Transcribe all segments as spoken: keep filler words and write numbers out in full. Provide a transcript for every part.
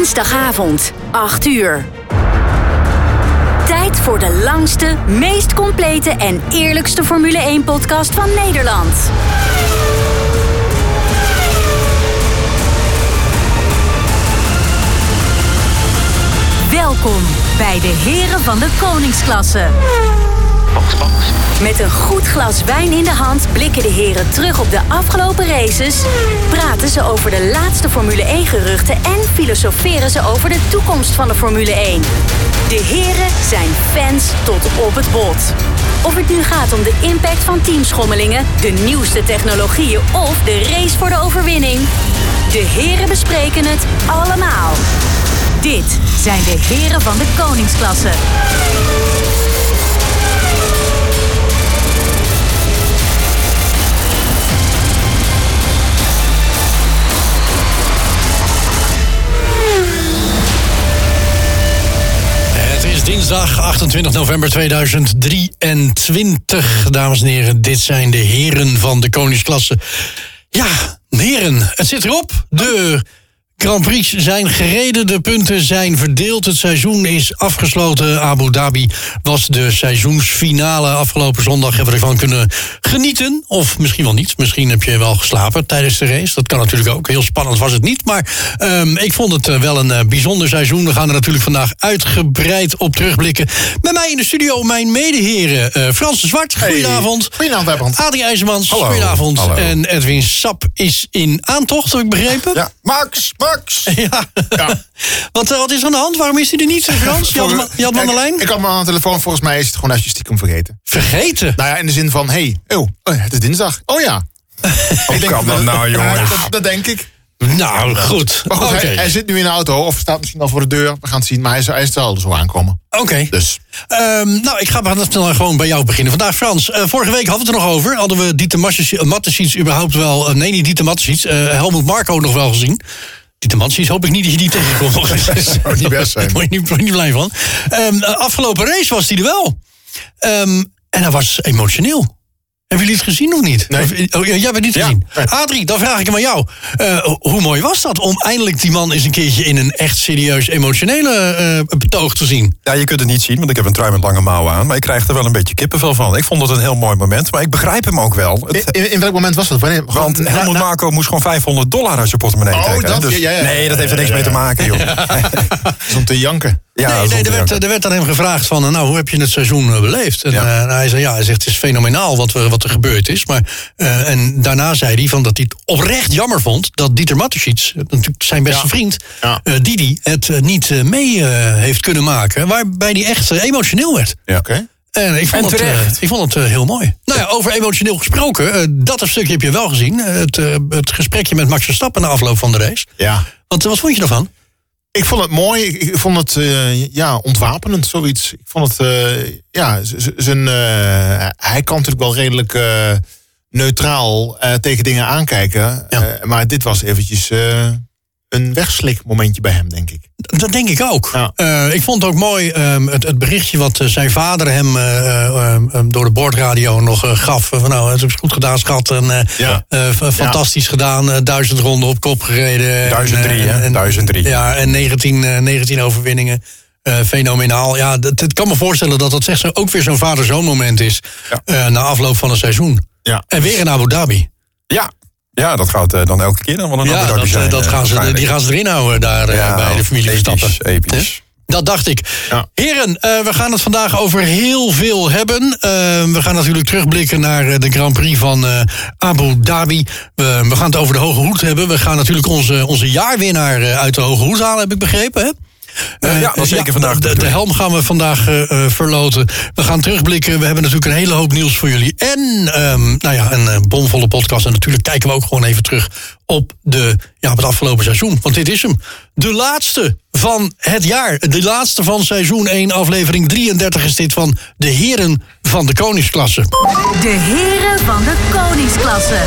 Dinsdagavond, acht uur. Tijd voor de langste, meest complete en eerlijkste Formule één-podcast van Nederland. Welkom bij de heren van de koningsklasse. Met een goed glas wijn in de hand blikken de heren terug op de afgelopen races, praten ze over de laatste Formule één-geruchten en filosoferen ze over de toekomst van de Formule één. De heren zijn fans tot op het bot. Of het nu gaat om de impact van teamschommelingen, de nieuwste technologieën of de race voor de overwinning. De heren bespreken het allemaal. Dit zijn de heren van de koningsklasse. Dinsdag achtentwintig november tweeduizend drieëntwintig. Dames en heren, dit zijn de heren van de koningsklasse. Ja, heren, het zit erop. De Grand Prix zijn gereden, de punten zijn verdeeld. Het seizoen is afgesloten. Abu Dhabi was de seizoensfinale. Afgelopen zondag hebben we ervan kunnen genieten. Of misschien wel niet. Misschien heb je wel geslapen tijdens de race. Dat kan natuurlijk ook. Heel spannend was het niet. Maar um, ik vond het wel een uh, bijzonder seizoen. We gaan er natuurlijk vandaag uitgebreid op terugblikken. Met mij in de studio mijn medeheren. Uh, Frans de Zwart, hey. Goedenavond. Goedenavond. Adrie IJzermans, Hallo. Goedenavond. Hallo. En Edwin Sap is in aantocht, heb ik begrepen. Ja, Max, Max. Ja. Ja. Wat, wat is er aan de hand? Waarom is hij er niet, Frans? Je had, hem- je had hem aan de lijn? Ik, ik had me aan de telefoon, volgens mij is het gewoon als je stiekem vergeten. Vergeten? Nou ja, in de zin van, hé, hey, oh, oh, het is dinsdag. Oh ja. Hoe kan dat nou, jongens? Ja, dat, dat denk ik. Nou, goed. Maar goed, Oké. hij, hij zit nu in de auto of staat misschien al voor de deur. We gaan het zien, maar hij is, hij is al zo aankomen. Oké. Dus. Um, nou, ik ga maar snel gewoon bij jou beginnen. Vandaag, Frans, uh, vorige week hadden we het er nog over. Hadden we Dieter Mateschitz überhaupt wel... Uh, nee, niet Dieter Mateschitz. Uh, Helmut Marko nog wel gezien. Dieter Mateschitz hoop ik niet dat je die tegenkomt. Dat zou niet best zijn. Daar word je niet, word je niet blij van. Um, uh, afgelopen race was hij er wel. Um, en hij was emotioneel. Hebben jullie het gezien of niet? Nee. Of, oh, jij hebt het niet Ja. gezien. Nee. Adrie, dan vraag ik hem aan jou. Uh, hoe mooi was dat om eindelijk die man eens een keertje in een echt serieus emotionele uh, betoog te zien? Ja, je kunt het niet zien, want ik heb een trui met lange mouwen aan. Maar ik krijg er wel een beetje kippenvel van. Ik vond het een heel mooi moment, maar ik begrijp hem ook wel. Het, In, in welk moment was dat? Wanneer? want Na- Helmut na- Marko moest gewoon vijfhonderd dollar uit zijn portemonnee Oh, trekken. hè. dat- Dus, ja, ja, ja. nee, dat heeft er niks mee te maken, joh. Om te janken. Ja, nee, dat is nee er, werd, onterecht. er werd aan hem gevraagd van, nou, hoe heb je het seizoen uh, beleefd? En Ja. uh, hij zei, ja, hij zegt, het is fenomenaal wat, we, wat er gebeurd is. Maar, uh, en daarna zei hij van dat hij het oprecht jammer vond dat Dieter Mateschitz, natuurlijk zijn beste Ja. vriend, Ja. uh, Didi, het uh, niet uh, mee uh, heeft kunnen maken. Waarbij hij echt uh, emotioneel werd. Ja. Oké. En ik vond En het, uh, terecht. ik vond het uh, heel mooi. Nou ja, over emotioneel gesproken, uh, dat een stukje heb je wel gezien. Uh, het, uh, het gesprekje met Max Verstappen na afloop van de race. Ja. Want, uh, wat vond je ervan? Ik vond het mooi. Ik, ik vond het uh, ja, ontwapenend, zoiets. Ik vond het, uh, ja, z- z- zijn, uh, hij kan natuurlijk wel redelijk uh, neutraal uh, tegen dingen aankijken. Ja. Uh, maar dit was eventjes uh, een wegslikmomentje bij hem, denk ik. Dat denk ik ook. Ja. Uh, ik vond het ook mooi um, het, het berichtje wat uh, zijn vader hem uh, um, um, door de boordradio nog uh, gaf. Uh, van, nou, het is goed gedaan, schat. En, uh, Ja. uh, f- fantastisch gedaan. Uh, duizend ronden op kop gereden. Duizend drie, En, uh, hè? en- Duizend drie. Ja, en negentien, uh, negentien overwinningen. Uh, fenomenaal. Ja, dat, ik kan me voorstellen dat dat zeg, zo, ook weer zo'n vader-zoon moment is. Ja. Uh, na afloop van een seizoen. Ja. En weer in Abu Dhabi. Ja. Ja, dat gaat uh, dan elke keer dan wel een Ja, Abu Dhabi dat, zijn, uh, dat uh, gaan ze, waarschijnlijk. die gaan ze erin houden daar uh, Ja, bij de familie episch, Verstappen. episch. Hè? Dat dacht ik. Ja. Heren, uh, we gaan het vandaag over heel veel hebben. Uh, we gaan natuurlijk terugblikken naar uh, de Grand Prix van uh, Abu Dhabi. We, we gaan het over de Hoge Hoed hebben. We gaan natuurlijk onze, onze jaarwinnaar uh, uit de Hoge Hoed halen, heb ik begrepen, hè? Uh, ja, dat is zeker vandaag. De, de helm gaan we vandaag uh, uh, verloten. We gaan terugblikken. We hebben natuurlijk een hele hoop nieuws voor jullie. En um, nou ja, een uh, bomvolle podcast. En natuurlijk kijken we ook gewoon even terug op, de, ja, op het afgelopen seizoen. Want dit is hem. De laatste van het jaar. De laatste van seizoen één. Aflevering drieëndertig is dit van de heren van de koningsklasse. De heren van de koningsklasse.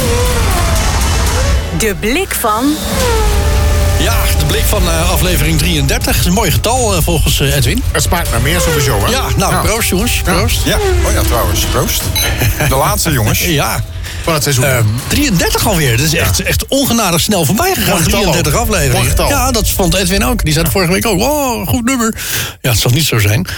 De blik van... Ja, de blik van uh, aflevering drieëndertig. Dat is een mooi getal uh, volgens uh, Edwin. Het smaakt naar meer sowieso, hè? Ja, nou, Ja. proost jongens. Proost. Ja, oh ja, trouwens, proost. De laatste, jongens. Ja. Van het seizoen. Uh, drieëndertig alweer. Dat is echt, echt ongenadig snel voorbij gegaan. drieëndertig afleveringen. Ja, dat vond Edwin ook. Die zei het vorige week ook. Oh, goed nummer. Ja, het zal niet zo zijn.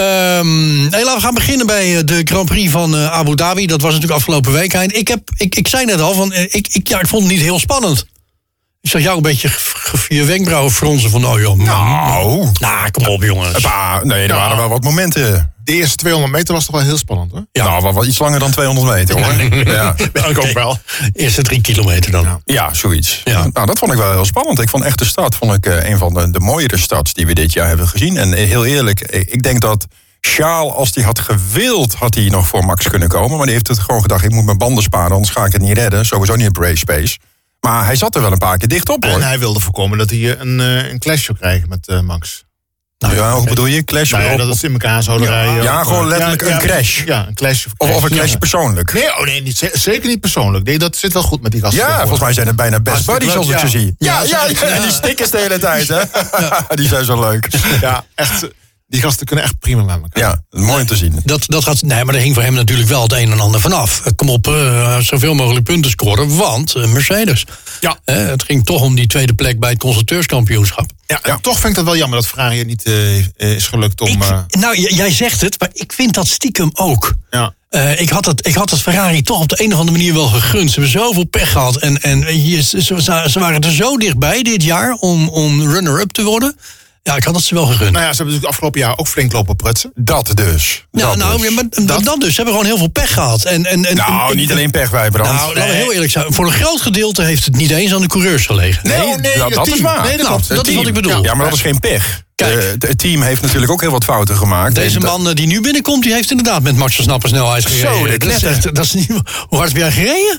Um, hey, laten we gaan beginnen bij de Grand Prix van uh, Abu Dhabi. Dat was natuurlijk afgelopen week. Ik, heb, ik, ik zei net al, van, ik, ik, ja, ik vond het niet heel spannend. Ik zag jou een beetje je wenkbrauwen fronsen van, oh joh. Nou, nou kom op jongens. Bah, nee, er ja. waren wel wat momenten. De eerste tweehonderd meter was toch wel heel spannend, hoor? Ja, nou, wel, wel iets langer dan tweehonderd meter, hoor. Ja, okay. Ik ook wel. Eerste drie kilometer dan. Ja, ja zoiets. Ja. Nou, dat vond ik wel heel spannend. Ik vond echt de start, vond ik uh, een van de, de mooiere starts die we dit jaar hebben gezien. En heel eerlijk, ik denk dat Charles, als hij had gewild, had hij nog voor Max kunnen komen. Maar die heeft het gewoon gedacht, ik moet mijn banden sparen, anders ga ik het niet redden. Sowieso niet op race pace. Maar hij zat er wel een paar keer dicht op, hoor. En hij wilde voorkomen dat hij een, een clash zou krijgen met uh, Max. Nou ja, hoe bedoel je? Clash? Nou ja, op, dat is in elkaar zouden ja, rijden. Ja, gewoon letterlijk ja, een ja, crash. Ja, een clash. Of, of, of een clash ja. persoonlijk. Nee, oh nee niet, zeker niet persoonlijk. Nee, dat zit wel goed met die gasten. Ja, volgens mij zijn het bijna best buddies als ik ze zie. Ja, ja, ja, ja, en die stickers de hele tijd, hè. Ja. Die zijn zo leuk. Ja, echt. Die gasten kunnen echt prima met elkaar. Ja, mooi om te zien. Dat, dat gaat, nee, maar er hing voor hem natuurlijk wel het een en ander vanaf. Kom op, uh, zoveel mogelijk punten scoren, want uh, Mercedes. Ja. Uh, het ging toch om die tweede plek bij het constructeurskampioenschap. Ja, ja. Toch vind ik dat wel jammer dat Ferrari niet uh, is gelukt om... Ik, uh... Nou, j- jij zegt het, maar ik vind dat stiekem ook. Ja. Uh, ik, had het, ik had het Ferrari toch op de een of andere manier wel gegund. Ze hebben zoveel pech gehad. En, en je, ze, ze waren er zo dichtbij dit jaar om, om runner-up te worden. Ja, ik had het ze wel gegund. Nou ja, ze hebben natuurlijk afgelopen jaar ook flink lopen prutsen. Dat dus. Ja, dat nou, dus. maar dat, dat dus. Ze hebben gewoon heel veel pech gehad. En, en, en, nou, en, niet alleen pech bij Brand. Nou, laten we heel eerlijk zijn. Voor een groot gedeelte heeft het niet eens aan de coureurs gelegen. Nee, nee, nee dat, dat is waar. Nee, dat, nou, dat is wat ik bedoel. Ja, ja, maar dat is geen pech. Kijk. Uh, het team heeft natuurlijk ook heel wat fouten gemaakt. Deze man dat... die nu binnenkomt, die heeft inderdaad met Max Verstappen snelheid gereden. Zo, dat, dat, is echt, dat is niet... Hoe hard heb jij gereden?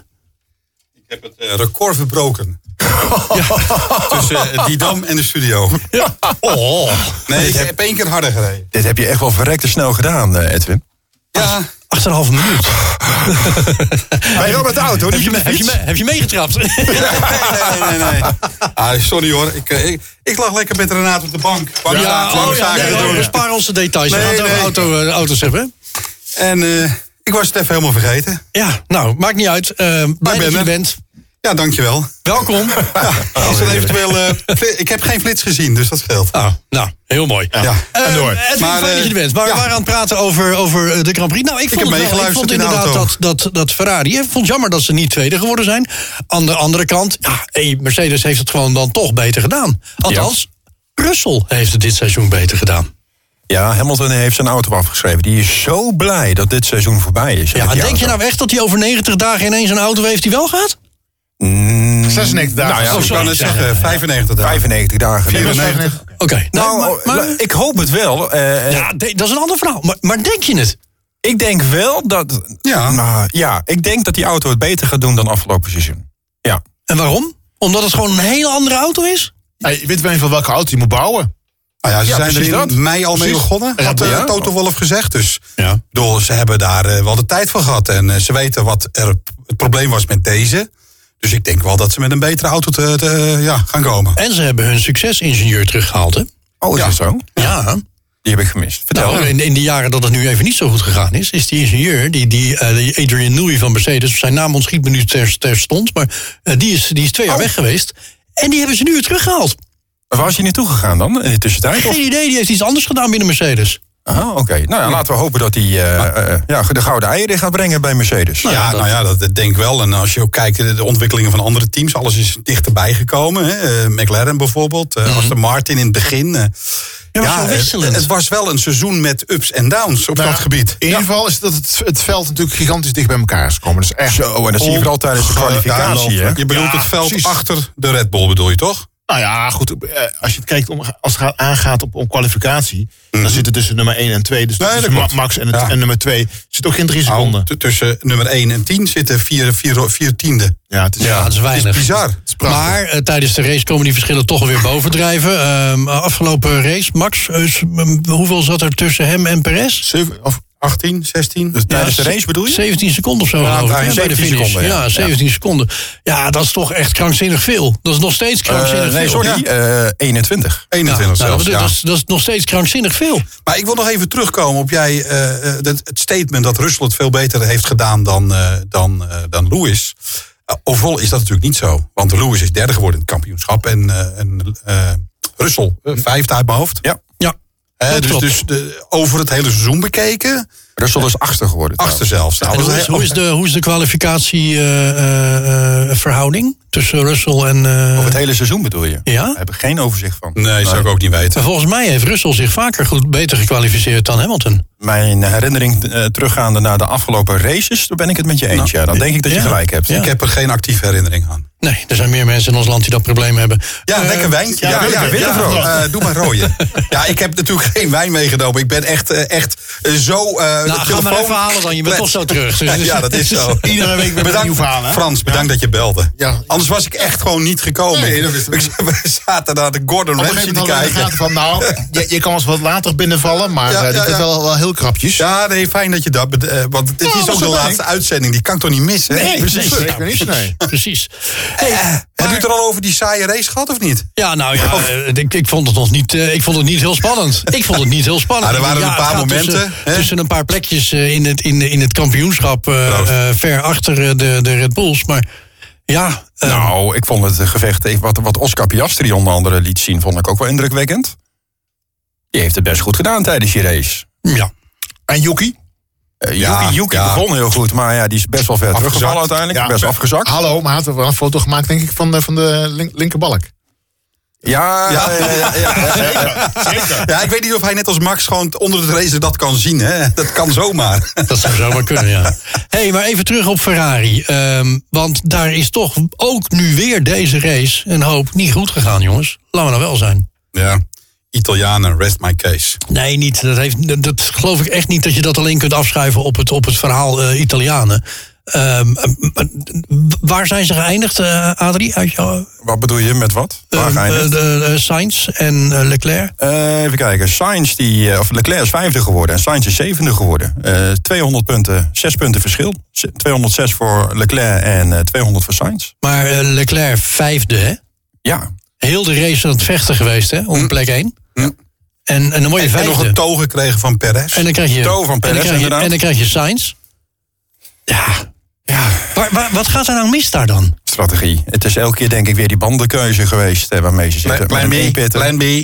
Ik heb het uh, record verbroken. Ja. Tussen uh, Didam en de studio. Ja. Oh. Nee, ik heb één keer harder gereden. Dit heb je echt wel verrekte snel gedaan, uh, Edwin. Ja. acht komma vijf minuut. Bij jou met de auto. Heb je, me, heb, je me, heb je meegetrapt? Nee, nee, nee, nee. nee. Ah, sorry hoor. Ik, ik, ik lag lekker met Renaat op de bank. bank ja, oh, ja, nee, nee, we sparen onze details. Nee, we gaan het nee. over auto, uh, auto's hebben. En uh, ik was het even helemaal vergeten. Ja, nou, maakt niet uit. Uh, blij dat je er bent. Ja, dankjewel. Welkom. Ja, als er eventueel, uh, ik heb geen flits gezien, dus dat scheelt. Oh, nou, heel mooi. Ja. Ja. Uh, en door. Edwin, maar, fijn dat je er bent. Maar ja. we waren aan het praten over, over de Grand Prix. Nou, ik, ik vond, heb het wel, ik vond inderdaad dat, dat, dat Ferrari... Ik vond het jammer dat ze niet tweede geworden zijn. Aan de andere kant, ja, hey, Mercedes heeft het gewoon dan toch beter gedaan. Althans, ja. Russell heeft het dit seizoen beter gedaan. Ja, Hamilton heeft zijn auto afgeschreven. Die is zo blij dat dit seizoen voorbij is. Ja, denk auto. je nou echt dat hij over negentig dagen ineens een auto heeft die wel gaat? Mm, zesennegentig dagen. Nou ja, oh, ik kan het zeggen, vijfennegentig dagen. vijfennegentig dagen. vierennegentig. Oké, okay. nou, nou maar, maar, ik hoop het wel. Uh, ja, dat is een ander verhaal. Maar, maar denk je het? Ik denk wel dat... Ja. Nou, ja, ik denk dat die auto het beter gaat doen dan afgelopen seizoen. Ja. En waarom? Omdat het gewoon een hele andere auto is? Hey, weet wel even welke auto je moet bouwen. Nou ja, ze ja, zijn er in dat. mei al precies. mee begonnen, had uh, ja. Toto Wolff gezegd. Dus ja. bedoel, ze hebben daar uh, wel de tijd voor gehad. En uh, ze weten wat er het probleem was met deze. Dus ik denk wel dat ze met een betere auto te, te, ja, gaan komen. En ze hebben hun succesingenieur teruggehaald, hè? Oh, is ja. dat zo? Ja. Die heb ik gemist. Vertel. Nou, in, in die jaren dat het nu even niet zo goed gegaan is... is die ingenieur, die, die, uh, die Adrian Newey van Mercedes... zijn naam ontschiet me nu ter, terstond... maar uh, die, is, die is twee jaar oh. weg geweest. En die hebben ze nu weer teruggehaald. Waar was hij naartoe gegaan dan, in de tussentijd? Geen of? idee, die heeft iets anders gedaan binnen Mercedes. Ah, oké. Okay. Nou ja, laten we hopen dat hij uh, uh, ja, de gouden eieren gaat brengen bij Mercedes. Nou ja, ja dat... nou ja, dat, dat denk ik wel. En als je ook kijkt de ontwikkelingen van andere teams, alles is dichterbij gekomen. Hè? Uh, McLaren bijvoorbeeld, uh, mm-hmm. Aston Martin in het begin. Uh, ja, ja het, het was wel een seizoen met ups en downs op nou, dat gebied. In ieder geval ja. is dat het, het veld natuurlijk gigantisch dicht bij elkaar is gekomen. Dat is echt zo, en dat zie je vooral tijdens de kwalificatie. Hè? Je bedoelt ja, het veld precies. achter de Red Bull, bedoel je toch? Nou ja, goed. Als je het kijkt om, als het aangaat op, op kwalificatie, mm-hmm. dan zit er tussen nummer één en twee. Dus nee, tussen Max en, het, ja. en nummer twee zit ook geen drie seconden. Nou, t- tussen nummer één en tien zitten vier, vier, vier tiende. Ja, het is, ja, het is weinig. Het is bizar. Het is maar uh, tijdens de race komen die verschillen toch weer bovendrijven. Uh, afgelopen race, Max, uh, hoeveel zat er tussen hem en Perez? Zeven, of, achttien, zestien. Dus tijdens Ja, de race bedoel je? zeventien seconden of zo. Ja, geloof ik, hè, bij de zeventien finish. seconden, ja. Ja, zeventien seconden. Ja, dat is toch echt krankzinnig veel. Dat is nog steeds krankzinnig Uh, nee, veel. sorry, uh, eenentwintig. eenentwintig Nou, zelfs, dat, ja. dat, is, dat is nog steeds krankzinnig veel. Maar ik wil nog even terugkomen op jij, uh, het, het statement dat Russell het veel beter heeft gedaan dan, uh, dan, uh, dan Lewis. Uh, overal is dat natuurlijk niet zo. Want Lewis is derde geworden in het kampioenschap. En, uh, en uh, Russell uh, vijfde uit mijn hoofd. Ja. Ja, Uh, dat dus klopt. dus de, over het hele seizoen bekeken. Russell is achter geworden. Achter zelfs. Nou, En dat hoe, is is, heel- hoe, is de, hoe is de kwalificatieverhouding tussen Russell en... uh, Over het hele seizoen bedoel je? Ja? Daar heb ik geen overzicht van. Nee, zou ik ook niet weten. Maar volgens mij heeft Russell zich vaker goed beter gekwalificeerd dan Hamilton. Mijn herinnering uh, teruggaande naar de afgelopen races, daar ben ik het met je eens. Nou, ja, dan denk ik dat je ja. gelijk hebt. Ja. Ik heb er geen actieve herinnering aan. Nee, er zijn meer mensen in ons land die dat probleem hebben. Ja, Eh, lekker wijntje. Ja, ja, witte ja, rood. eh, doe maar rooien. Ja, ik heb natuurlijk geen wijn meegenomen. Ik ben echt, eh, echt eh, zo... Uh, Nou, ga maar even halen dan. Je bent toch zo terug. Dus- Ja, dat is zo. Iedere week weer een nieuw verhaal, hè? Frans, bedankt dat je belde. Ja. Anders was ik echt gewoon niet gekomen. Nee, dat is- We zaten naar de Gordon Op een Ramsay gegeven te moment hadden we in de kijken. gaten van, nou, je, je kan ons wat later binnenvallen, maar Ja, eh, dit ja, is ja. wel, wel heel krapjes. Ja, nee, fijn dat je dat... bed- eh, want het Ja, is dat ook is de wel laatste fijn. uitzending. Die kan ik toch niet missen? Nee, precies. zeker niet, nee. Precies. Heb je het er al over die saaie race gehad of niet? Ja, nou ja, eh, ik, ik, vond het nog niet, eh, ik vond het niet heel spannend. Ik vond het niet heel spannend. Ah, er waren Ja, een het paar gaat momenten, Tussen, hè? tussen een paar plekjes eh, in, het, in, in het kampioenschap, eh, Proost. eh, ver achter eh, de, de Red Bulls. Maar ja, eh, Nou, ik vond het eh, gevecht, eh, wat, wat Oscar Piastri onder andere liet zien, vond ik ook wel indrukwekkend. Die heeft het best goed gedaan tijdens die race. ja. En Yuki? Uh, Ja, Yuki, Yuki ja. begon heel goed, maar ja, die is best wel ver Afgezakt. teruggevallen uiteindelijk. Ja, best maar- afgezakt. Hallo, maar hij had wel een foto gemaakt, denk ik, van de, van de link, linkerbalk. Ja, Ja. ja, ja, ja, ja. Zeker. Ja, ik weet niet of hij net als Max gewoon onder het race dat kan zien. Hè? Dat kan zomaar. Dat zou zomaar kunnen, ja. hey, maar even terug op Ferrari. Ehm, want daar is toch ook nu weer deze race een hoop niet goed gegaan, jongens. Laten we nou wel zijn. Ja, Italianen, rest my case. Nee, niet. Dat, heeft, dat, dat geloof ik echt niet dat je dat alleen kunt afschuiven op het, op het verhaal eh, Italianen. Ehm, eh, waar zijn ze geëindigd, eh, Adrie? Uit jou, Wat bedoel je met wat? Waar Ehm, geëindigd? eh, de, eh, Sainz en eh, Leclerc. Uh, even kijken. Sainz, die, uh, of Leclerc is vijfde geworden en Sainz is zevende geworden. Uh, tweehonderd punten, zes punten verschil. tweehonderdzes voor Leclerc en uh, tweehonderd voor Sainz. Maar uh, Leclerc vijfde, hè? Ja. Heel de race aan het vechten geweest, hè? Om Hm. plek één. Hm. En, en dan word je En vijfde. nog een toon gekregen van Perez. En dan krijg je, Toe van en Perez, dan krijg je, inderdaad. en dan krijg je Sainz. Ja. ja. Waar, waar, wat gaat er nou mis daar dan? Strategie. Het is elke keer denk ik weer die bandenkeuze geweest uh, waarmee ze zitten. Plan Met een B, pitten. plan B. Uh,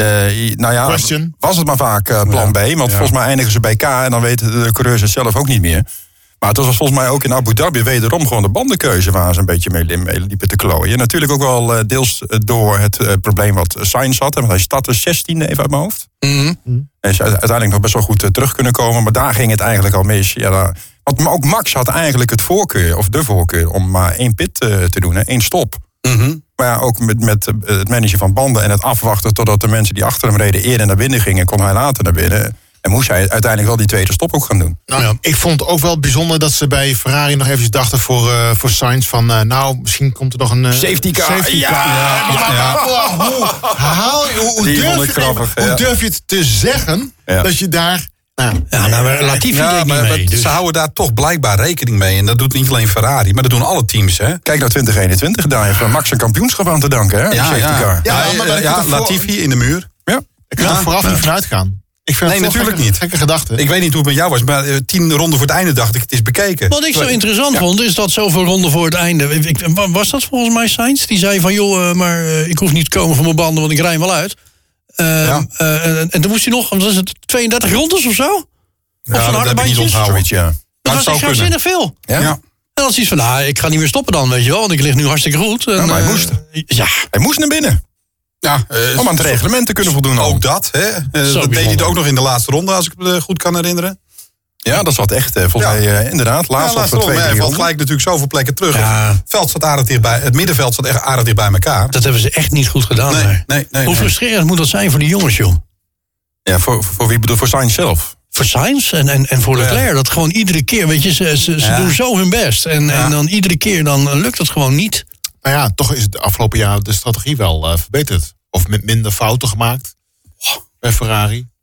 nou ja, Question. was het maar vaak uh, plan B. Want volgens mij eindigen ze bij K en dan weten de coureurs het zelf ook niet meer. Maar het was volgens mij ook in Abu Dhabi wederom gewoon de bandenkeuze waar ze een beetje mee, mee liepen te klooien. Natuurlijk ook wel uh, deels door het uh, probleem wat Sainz had. Want hij startte zestiende even uit mijn hoofd. Mm-hmm. Hij is uiteindelijk nog best wel goed uh, terug kunnen komen. Maar daar ging het eigenlijk al mis. Ja, daar, want, maar ook Max had eigenlijk het voorkeur, of de voorkeur, om maar één pit uh, te doen. Hè, één stop. Mm-hmm. Maar ja, ook met, met uh, het managen van banden en het afwachten totdat de mensen die achter hem reden eerder naar binnen gingen, kon hij later naar binnen. En moest hij uiteindelijk wel die tweede stop ook gaan doen. Nou, Ja. ik vond het ook wel bijzonder dat ze bij Ferrari nog even dachten voor, uh, voor Sainz van, uh, nou, misschien komt er nog een... Uh, Safety car. Safety Ja, car. ja, Maar- ja. maar- maar hoe, haal, je- hoe, hoe, Die durf vond je, ik grappig, hoe ja. durf je het te zeggen Ja. dat je daar... Nou, Ja, nou, maar Latifi Ja, deed niet maar, mee. maar Dus. ze houden daar toch blijkbaar rekening mee. En dat doet niet alleen Ferrari, maar dat doen alle teams. Hè? Kijk naar twintig eenentwintig, daar heeft Max een kampioenschap aan te danken. Hè? die safety car. Ja, Ja, maar daar ja, kun je toch Latifi in de muur. Ja. ik kan er vooraf niet van uitgaan. Ik vind Nee, het toch natuurlijk gekke, niet. gekke gedachte. Ik weet niet hoe het met jou was, maar uh, tien ronden voor het einde dacht ik, het is bekeken. Wat ik zo interessant vond, is dat zoveel ronden voor het einde... Ik, ik- was dat volgens mij Sainz? Die zei van, joh, uh, maar uh, ik hoef niet te komen voor mijn banden, want ik rij hem wel uit. Uh, Ja. uh, en, en toen moest hij nog, wat was het, tweeëndertig rondes of zo? Of Ja, zo'n dat harde heb ik niet bandjes? onthouden. Zoiets, ja. Dat het was zou echt kunnen. krankzinnig veel. Ja? Ja. En dan is iets van, nou, ik ga niet meer stoppen dan, weet je wel. Want ik lig nu hartstikke goed. En, Ja, maar hij uh, moest. Ja, Hij moest naar binnen. Ja, uh, Om aan het reglement te kunnen voldoen. al. Ook dat, hè? Uh, dat deed hij bijzonder. ook nog in de laatste ronde, als ik me uh, goed kan herinneren. Ja, dat zat echt, eh, volgens Ja. mij, eh, inderdaad. Ja, Laatst laatste of voor ronde. twee, Hij drie valt ronden. gelijk natuurlijk zoveel plekken terug. Ja. Het, veld staat aardig dichtbij, het middenveld staat echt aardig dicht bij elkaar. dat hebben ze echt niet goed gedaan. Nee, daar. nee, nee. Hoe nee. frustrerend moet dat zijn voor die jongens, joh? Ja, voor, voor wie bedoel, voor Sainz zelf. Voor Sainz en, en, en voor Leclerc. Dat gewoon iedere keer, weet je, ze, ze, ze Ja. doen zo hun best. En, Ja. en dan iedere keer, dan lukt het gewoon niet. Maar ja, toch is het de afgelopen jaar de strategie wel uh, verbeterd. Of met minder fouten gemaakt bij Ferrari.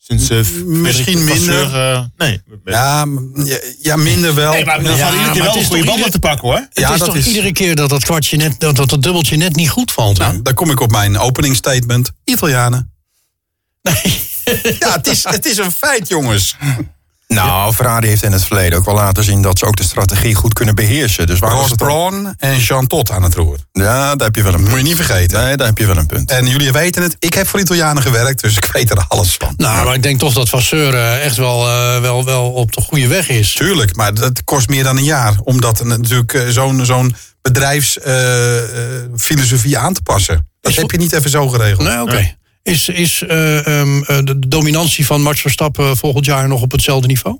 Sinds, uh, Misschien minder. Uh, nee. Ja, ja, minder wel. Nee, maar dan ja, valt iedere keer maar wel het is goede toch banden ieder- te pakken, hoor. Het Ja, is dat toch is- iedere keer dat dat kwartje net, dat, dat, dat dubbeltje net niet goed valt. hè? Nou, dan kom ik op mijn openingsstatement. Italianen. Nee. Ja, het is, het is een feit, jongens. Nou, Ferrari heeft in het verleden ook wel laten zien dat ze ook de strategie goed kunnen beheersen. Dus waar was Ross het dan? Brawn en Jean Todt aan het roer. Ja, daar heb je wel een punt. Moet je niet vergeten. Nee, daar heb je wel een punt. En jullie weten het, ik heb voor Italianen gewerkt, dus ik weet er alles van. Nou, maar ik denk toch dat Vasseur uh, echt wel, uh, wel, wel op de goede weg is. Tuurlijk, maar dat kost meer dan een jaar. Om dat natuurlijk uh, zo'n zo'n bedrijfsfilosofie uh, uh, aan te passen. Dat Is heb je niet even zo geregeld. Nee, oké. Okay. Is, is uh, um, uh, de dominantie van Max Verstappen volgend jaar nog op hetzelfde niveau?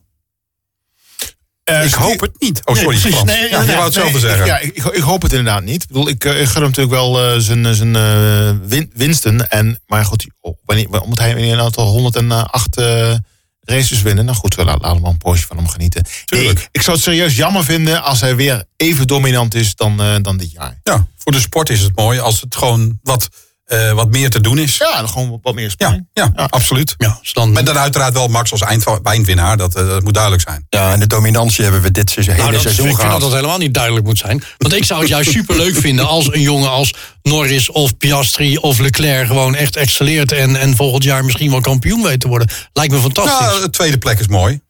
Uh, ik hoop het niet. Oh, sorry, nee, precies. Frans. Nee, ja, je wou het zelf nee, zeggen. Ja, ik, ik hoop het inderdaad niet. Ik bedoel, ik, ik gun hem natuurlijk wel uh, zijn, zijn uh, win, winsten. En, maar goed, wanneer, omdat hij in een aantal honderdacht uh, races winnen. Nou goed, we laten allemaal een poosje van hem genieten. Nee, ik zou het serieus jammer vinden als hij weer even dominant is dan, uh, dan dit jaar. Ja, voor de sport is het mooi als het gewoon wat, uh, wat meer te doen is. Ja, gewoon wat meer spanning. Ja, ja, ja, absoluut. Ja, dan... Met dan uiteraard wel Max als eind, eindwinnaar, dat, uh, dat moet duidelijk zijn. Ja, en de dominantie hebben we dit seizoen, nou, hele dat, seizoen ik gehad. vind dat dat helemaal niet duidelijk moet zijn. Want ik zou het juist superleuk vinden als een jongen als Norris of Piastri of Leclerc gewoon echt excelleert en, en volgend jaar misschien wel kampioen weet te worden. Lijkt me fantastisch. Ja, de tweede plek is mooi.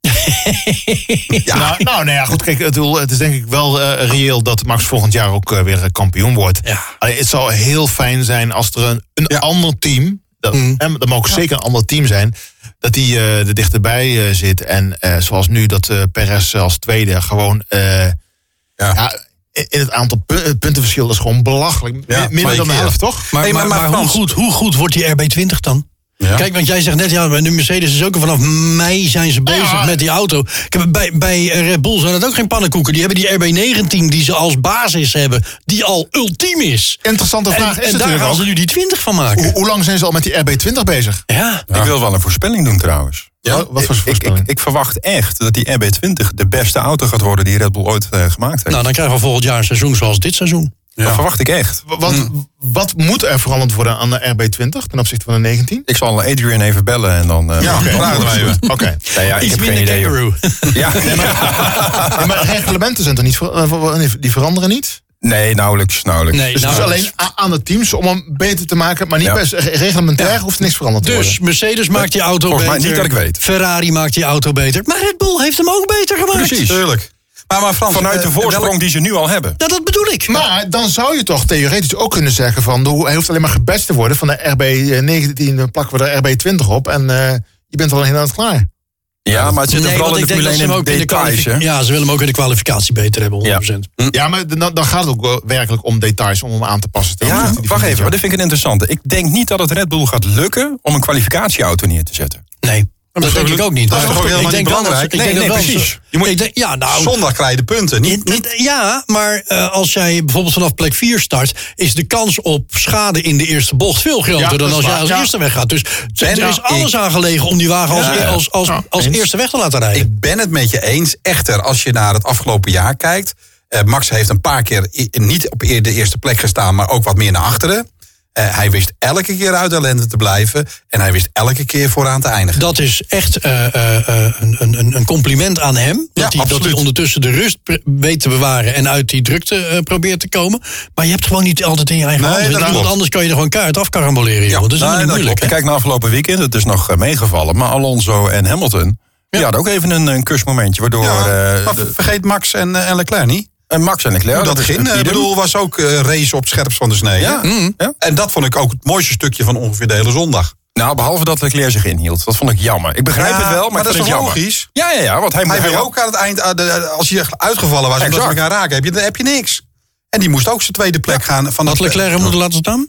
Ja. Nou, nou, nou ja, goed, kijk, het, het is denk ik wel uh, reëel dat Max volgend jaar ook uh, weer kampioen wordt. Ja. Allee, het zou heel fijn zijn als er een, een ja. ander team, dat, mm. en dat mag ook ja. zeker een ander team zijn, dat die uh, er dichterbij uh, zit. En uh, zoals nu dat uh, Perez als tweede gewoon uh, ja. Ja, in het aantal puntenverschil, dat is gewoon belachelijk. Ja, Minder dan de helft, toch? Maar, hey, maar, maar, maar, maar hoe, goed, hoe goed wordt die R B twintig dan? Ja. Kijk, want jij zegt net, ja, de Mercedes is ook vanaf mei zijn ze bezig ja. met die auto. Bij, bij Red Bull zijn het ook geen pannenkoeken. Die hebben die R B negentien die ze als basis hebben, die al ultiem is. Interessante vraag en, is en daar gaan ze nu die twintig van maken. Hoe, hoe lang zijn ze al met die R B twintig bezig? Ja. ja. Ik wil wel een voorspelling doen trouwens. Ja, wat, wat voor voorspelling? Ik, ik, ik verwacht echt dat die R B twintig de beste auto gaat worden die Red Bull ooit uh, gemaakt heeft. Nou, dan krijgen we volgend jaar een seizoen zoals dit seizoen. Ja. Dat verwacht ik echt. Wat, mm. wat moet er veranderd worden aan de R B twintig ten opzichte van de negentien? Ik zal Adrian even bellen en dan... Uh, ja, oké. Vraag hem even. Oké. Okay. Ja, ja, ik Iets heb minder geen idee. kangaroo. Ja. Nee, maar, ja, maar reglementen zijn toch niet... Die veranderen niet? Nee, nauwelijks. nauwelijks. Nee, dus nauwelijks. het is alleen aan de teams om hem beter te maken. Maar niet ja. best reglementair ja. hoeft niks veranderd te dus, worden. Dus Mercedes maakt die auto Volgens beter. mij niet dat ik weet. Ferrari maakt die auto beter. Maar Red Bull heeft hem ook beter gemaakt. Precies. Tuurlijk. Maar, maar Frans, vanuit de voorsprong welk... die ze nu al hebben. Nou, dat bedoel ik. Maar dan zou je toch theoretisch ook kunnen zeggen van... hij hoeft alleen maar gebest te worden. Van de R B negentien plakken we de R B twintig op. En uh, je bent al heel klaar. Ja, maar het zit nee, vooral in de Formule één in de details. De ja, ze willen hem ook in de kwalificatie beter hebben, honderd procent. Ja, ja maar dan, dan gaat het ook wel werkelijk om details om hem aan te passen. Ja, wacht even, maar dit vind ik een interessante. Ik denk niet dat het Red Bull gaat lukken om een kwalificatieauto neer te zetten. Nee. Dat, dat denk ik ook niet. Dat is toch ook helemaal niet belangrijk? Nee, nee, precies. Je moet, ik denk, ja, nou, zondag krijg je de punten. Niet, niet. Ja, maar uh, als jij bijvoorbeeld vanaf plek vier start... is de kans op schade in de eerste bocht veel groter... Ja, dan als jij als ja. eerste weggaat. Dus ben er is alles ik, aan gelegen om die wagen als, ja, als, als, als, als eerste weg te laten rijden. Ik ben het met je eens. Echter, als je naar het afgelopen jaar kijkt... Uh, Max heeft een paar keer niet op de eerste plek gestaan... maar ook wat meer naar achteren. Uh, hij wist elke keer uit de ellende te blijven. En hij wist elke keer vooraan te eindigen. Dat is echt uh, uh, een, een, een compliment aan hem. Ja, dat, hij, dat hij ondertussen de rust weet te bewaren. En uit die drukte uh, probeert te komen. Maar je hebt gewoon niet altijd in je eigen nee, hand. Iemand anders kan je er gewoon keihard afkaramboleren. Ja, dat is nou, niet dat moeilijk. Kijk naar afgelopen weekend. Het is nog uh, meegevallen. Maar Alonso en Hamilton... Ja, ja hadden ook even een, een kusmomentje. Waardoor... Ja, uh, maar de, vergeet Max en, uh, en Leclerc niet. En Max en Leclerc. Dat begin, ik bedoel, was ook uh, race op het scherpst van de snee. Ja. Mm, ja. En dat vond ik ook het mooiste stukje van ongeveer de hele zondag. Nou, behalve dat Leclerc zich inhield. Dat vond ik jammer. Ik begrijp ja, het wel, maar, maar dat ik is vind toch het logisch? Ja, ja, ja. Want hij, hij hij wil ook aan het eind, als hij uitgevallen was, omdat ze elkaar raken, heb je, dan heb je niks. En die moest ook zijn tweede plek ja. gaan. Van Had Leclerc hem moeten laten staan?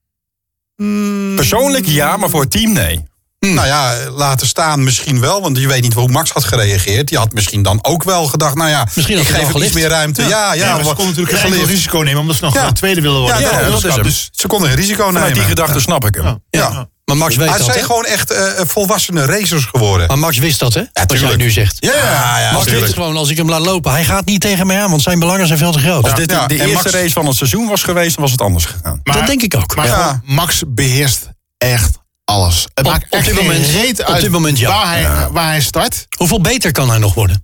Hmm. Persoonlijk ja, maar voor het team nee. Hmm. Nou ja, laten staan misschien wel, want je weet niet hoe Max had gereageerd. Die had misschien dan ook wel gedacht, nou ja, misschien ik geef hem iets meer ruimte. Ja, ja, ja, ja maar ze konden natuurlijk geen enkel risico nemen, omdat ze nog ja. een tweede wilden worden. Ja, ja, dat dat is dus ze konden geen risico nemen. Vanuit die gedachte ja. snap ik hem. Ja. Ja. Ja. Maar Max weet maar dat, het zijn hè? gewoon echt uh, volwassene racers geworden. Maar Max wist dat, hè? Ja, wat jij nu zegt. Ja, ja, ja, Max wist gewoon, als ik hem laat lopen, hij gaat niet tegen mij aan, want zijn belangen zijn veel te groot. Als dit ja, de, de eerste Max... race van het seizoen was geweest, dan was het anders gegaan. Maar, dat denk ik ook. Maar ja. ja. Max beheerst echt alles. Het Op- maakt op echt dit geen moment- reet op uit dit moment, ja. waar, hij, Ja. waar hij start. Hoeveel beter kan hij nog worden?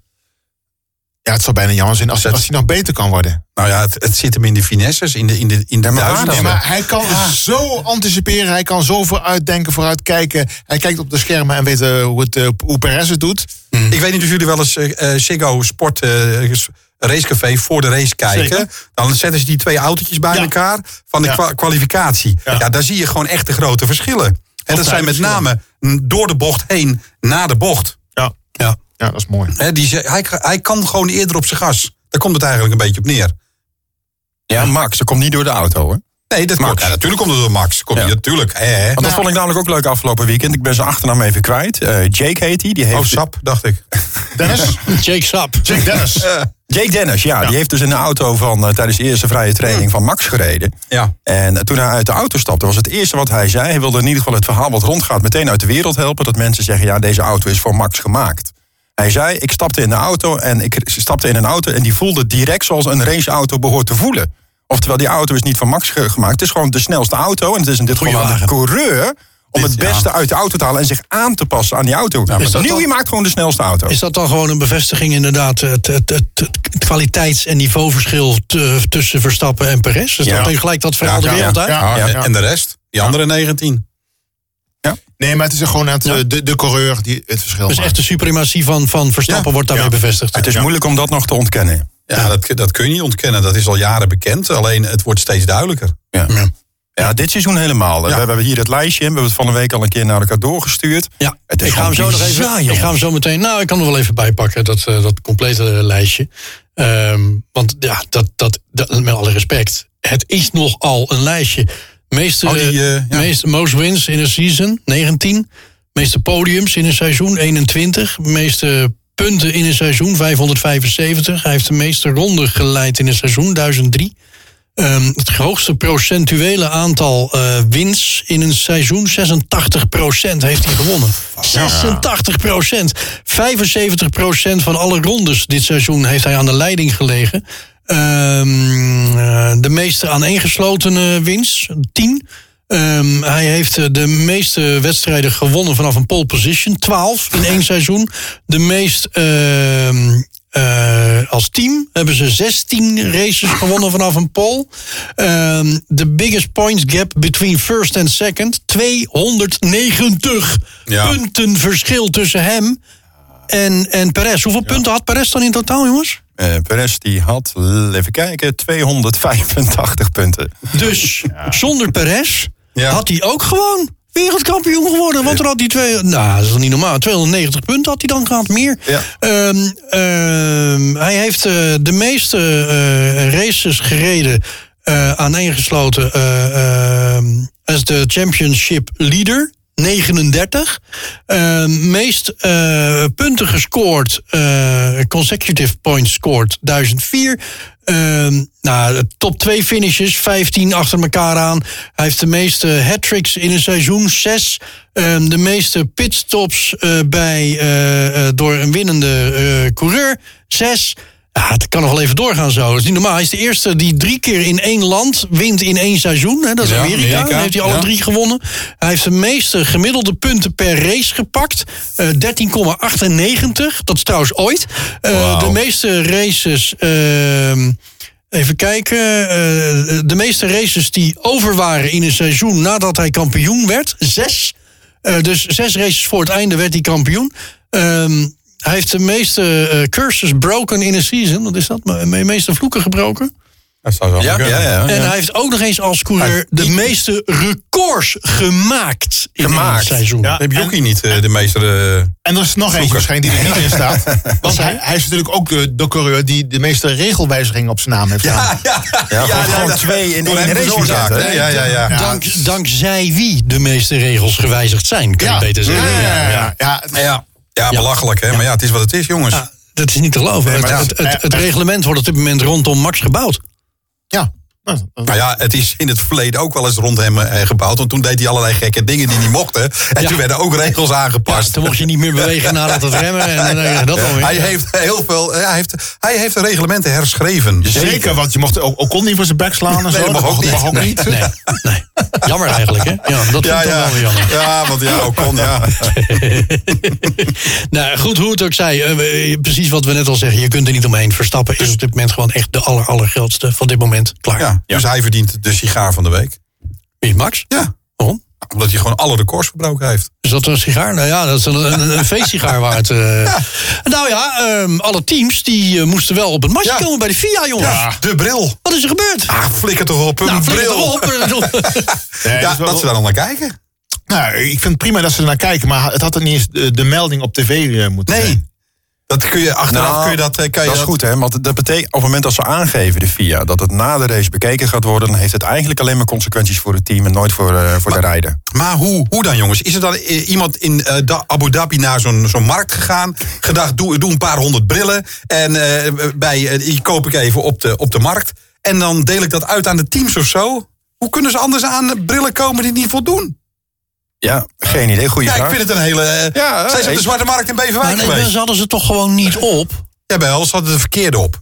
Ja, het zou bijna jammer zijn als, als hij nog beter kan worden. Nou ja, het, het zit hem in de finesses, in de, in de, in de maar duizenden. Nee, maar hij kan zo anticiperen, hij kan zo vooruitdenken, vooruitkijken. Hij kijkt op de schermen en weet uh, hoe, het, uh, hoe Perez het doet. Mm. Ik weet niet of jullie wel eens uh, Ziggo Sport uh, Racecafé voor de race kijken. Zeker. Dan zetten ze die twee autootjes bij Ja. elkaar van de Ja. kwa- kwalificatie. Ja. Ja. daar zie je gewoon echt de grote verschillen. En dat zijn met name door de bocht heen naar de bocht. Ja, Ja. ja dat is mooi. He, die, ze- hij, hij kan gewoon eerder op zijn gas. Daar komt het eigenlijk een beetje op neer. Ja, Max, dat komt niet door de auto, hoor. Nee, dat Max. komt, ja, natuurlijk komt het door Max. Komt Ja. ja. Natuurlijk. Hè, hè. Want dat vond ik namelijk ook leuk afgelopen weekend. Ik ben zijn achternaam even kwijt. Uh, Jake heet hij. Die heeft Oh, Sap, dacht ik. Dennis? Jake Sap. Jake Dennis. Jake Dennis, ja, Ja. die heeft dus in de auto van uh, tijdens de eerste vrije training van Max gereden. Ja. En uh, toen hij uit de auto stapte, was het eerste wat hij zei. Hij wilde in ieder geval het verhaal wat rondgaat meteen uit de wereld helpen. Dat mensen zeggen, ja, deze auto is voor Max gemaakt. Hij zei, ik stapte in de auto en ik stapte in een auto en die voelde direct zoals een raceauto behoort te voelen. Oftewel, die auto is niet van Max ge- gemaakt. Het is gewoon de snelste auto. En het is in dit Goeie geval aan de wagen. coureur om Dit, het beste ja. uit de auto te halen en zich aan te passen aan die auto. maar is dat Nieuwie dan- maakt gewoon de snelste auto. Is dat dan gewoon een bevestiging inderdaad, het, het, het, het, het kwaliteits- en niveauverschil te- tussen Verstappen en Perez? Dus Ja. dat dan gelijk dat verhaal Ja, de wereld ja, uit? ja. Ah, en- En de rest? Die andere negentien. Nee, maar het is gewoon het, Ja. de, de coureur die het verschil Dus maakt. echt de suprematie van, van Verstappen Ja. wordt daarmee Ja. bevestigd. Het is Ja. moeilijk om dat nog te ontkennen. Ja, dat, dat kun je niet ontkennen. Dat is al jaren bekend. Alleen het wordt steeds duidelijker. Ja. Ja, dit seizoen helemaal. We hebben hier het lijstje. We hebben het van de week al een keer naar elkaar doorgestuurd. Ja, Het is ik ga hem zo gewoon nog even. bizar, ik jongen. ga hem zo meteen. Nou, ik kan er wel even bij pakken, dat, uh, dat complete lijstje. Um, want ja, dat, dat, dat, met alle respect, het is nogal een lijstje. Meeste, Oh, die, uh, ja. meeste most wins in een season, negentien. Meeste podiums in een seizoen, eenentwintig. Meeste punten in een seizoen, vijfhonderdvijfenzeventig. Hij heeft de meeste ronden geleid in een seizoen, duizend drie. Um, het hoogste procentuele aantal uh, wins in een seizoen, zesentachtig procent heeft hij gewonnen. zesentachtig procent. vijfenzeventig procent van alle rondes dit seizoen heeft hij aan de leiding gelegen. Um, uh, de meeste aaneengeslotene wins, tien. Um, hij heeft de meeste wedstrijden gewonnen vanaf een pole position, twaalf in één seizoen. De meest... Uh, Uh, als team hebben ze zestien races gewonnen vanaf een pole. De uh, biggest points gap between first and second. tweehonderdnegentig Ja. punten verschil tussen hem en, en Perez. Hoeveel ja. punten had Perez dan in totaal, jongens? Uh, Perez die had, even kijken, tweehonderdvijfentachtig punten. Dus ja. zonder Perez ja. had hij ook gewoon wereldkampioen geworden. Want er had hij twee... Nou, dat is niet normaal. tweehonderdnegentig punten had hij dan gehad, meer. Ja. Um, um, hij heeft uh, de meeste uh, races gereden... Uh, aaneengesloten uh, uh, als de championship leader... negenendertig. Uh, meest uh, punten gescoord... Uh, consecutive points scored, duizend vier... Uh, nou, top twee finishes, vijftien achter elkaar aan. Hij heeft de meeste hat-tricks in een seizoen, zes. Uh, de meeste pitstops uh, bij, uh, uh, door een winnende uh, coureur, zes. Ja, het kan nog wel even doorgaan zo. Dat is niet normaal. Hij is de eerste die drie keer in één land wint in één seizoen. Hè? Dat is ja, Amerika. Amerika. Dan heeft hij alle Ja. drie gewonnen. Hij heeft de meeste gemiddelde punten per race gepakt. Uh, dertien komma achtennegentig. Dat is trouwens ooit. Uh, Wow. De meeste races... Uh, even kijken. Uh, de meeste races die over waren in een seizoen nadat hij kampioen werd. Zes. Uh, dus zes races voor het einde werd hij kampioen. Um, Hij heeft de meeste uh, curses broken in een season. Wat is dat? De meeste vloeken gebroken. Dat zou zo Ja, ja, ja. En hij heeft ook nog eens als coureur de meeste records gemaakt in Gemaakt. een seizoen. Ja. Heb Joekie niet uh, de meeste... Uh, En er is nog eentje waarschijnlijk die er niet in staat. Want hij, hij is natuurlijk ook de, de coureur die de meeste regelwijzigingen op zijn naam heeft staan. ja, Ja, gewoon, gewoon twee in door één hem race veroorzaakt, gezet, hè? hè? Ja, ja, ja. Ja. Dank, dankzij wie de meeste regels gewijzigd zijn, kun je Ja. beter Ja, zeggen. ja, ja, ja. Ja, het- Ja, ja, belachelijk, hè? Maar ja, het is wat het is, jongens. Ja, dat is niet te geloven. Nee, maar het, ja, het, het, het echt. reglement wordt op dit moment rondom Max gebouwd. ja. Nou, Nou ja, het is in het verleden ook wel eens rond hem eh, gebouwd. Want toen deed hij allerlei gekke dingen die niet mochten. En Ja. toen werden ook regels Ja, aangepast. dan mocht je niet meer bewegen nadat het remmen. En dan denk je, dat alweer. Hij heeft heel veel. Ja, hij, heeft, hij heeft de reglementen herschreven. Zeker, want je mocht ook Ocon niet voor zijn bek slaan en Nee, zo. dat mag ook niet. mag ook Nee, niet. nee, nee. Jammer eigenlijk, hè? Ja, dat vind Ja, ik toch ja. wel weer jammer. Ja, want ja, Ocon, ja. Nou, goed, hoe het ook zij. Uh, precies wat we net al zeggen. Je kunt er niet omheen. Verstappen is op dit moment gewoon echt de aller, allergrootste van dit moment. Klaar. ja. Dus hij verdient de sigaar van de week. Wie, Max? Ja. Waarom? Omdat hij gewoon alle records verbroken heeft. Is dat een sigaar? Nou ja, dat is een, een, een feestsigaar waard. Uh. Ja. Nou ja, um, alle teams die uh, moesten wel op het matje Ja. komen bij de F I A, jongens. Ja, de bril. Wat is er gebeurd? Ah, flikker toch op, een nou, flikker bril. erop. Nee, Ja, is wel- dat ze daar dan naar kijken. Nou, ik vind het prima dat ze er naar kijken, maar het had er niet eens de, de melding op tv uh, moeten Nee. zijn. Dat kun je achteraf Nou, kun je dat, eh, kan je dat is goed, hè? Want dat betekent op het moment dat ze aangeven, de F I A, dat het na de race bekeken gaat worden, dan heeft het eigenlijk alleen maar consequenties voor het team en nooit voor, uh, voor Maar- de rijder. Maar hoe, hoe dan, jongens? Is er dan eh, iemand in eh, Da- Abu Dhabi naar zo'n zo'n markt gegaan? Gedacht, doe, doe een paar honderd brillen. En eh, bij, eh, die koop ik even op de, op de markt. En dan deel ik dat uit aan de teams of zo. Hoe kunnen ze anders aan brillen komen die niet voldoen? Ja, geen idee. Goeie Ja, ik vraag. vind het een hele... eh, Ja, zijn ze op ik- de Zwarte Markt in Beverwijk Maar nee, geweest? ze hadden ze toch gewoon niet op? Jawel, ze hadden de verkeerde op.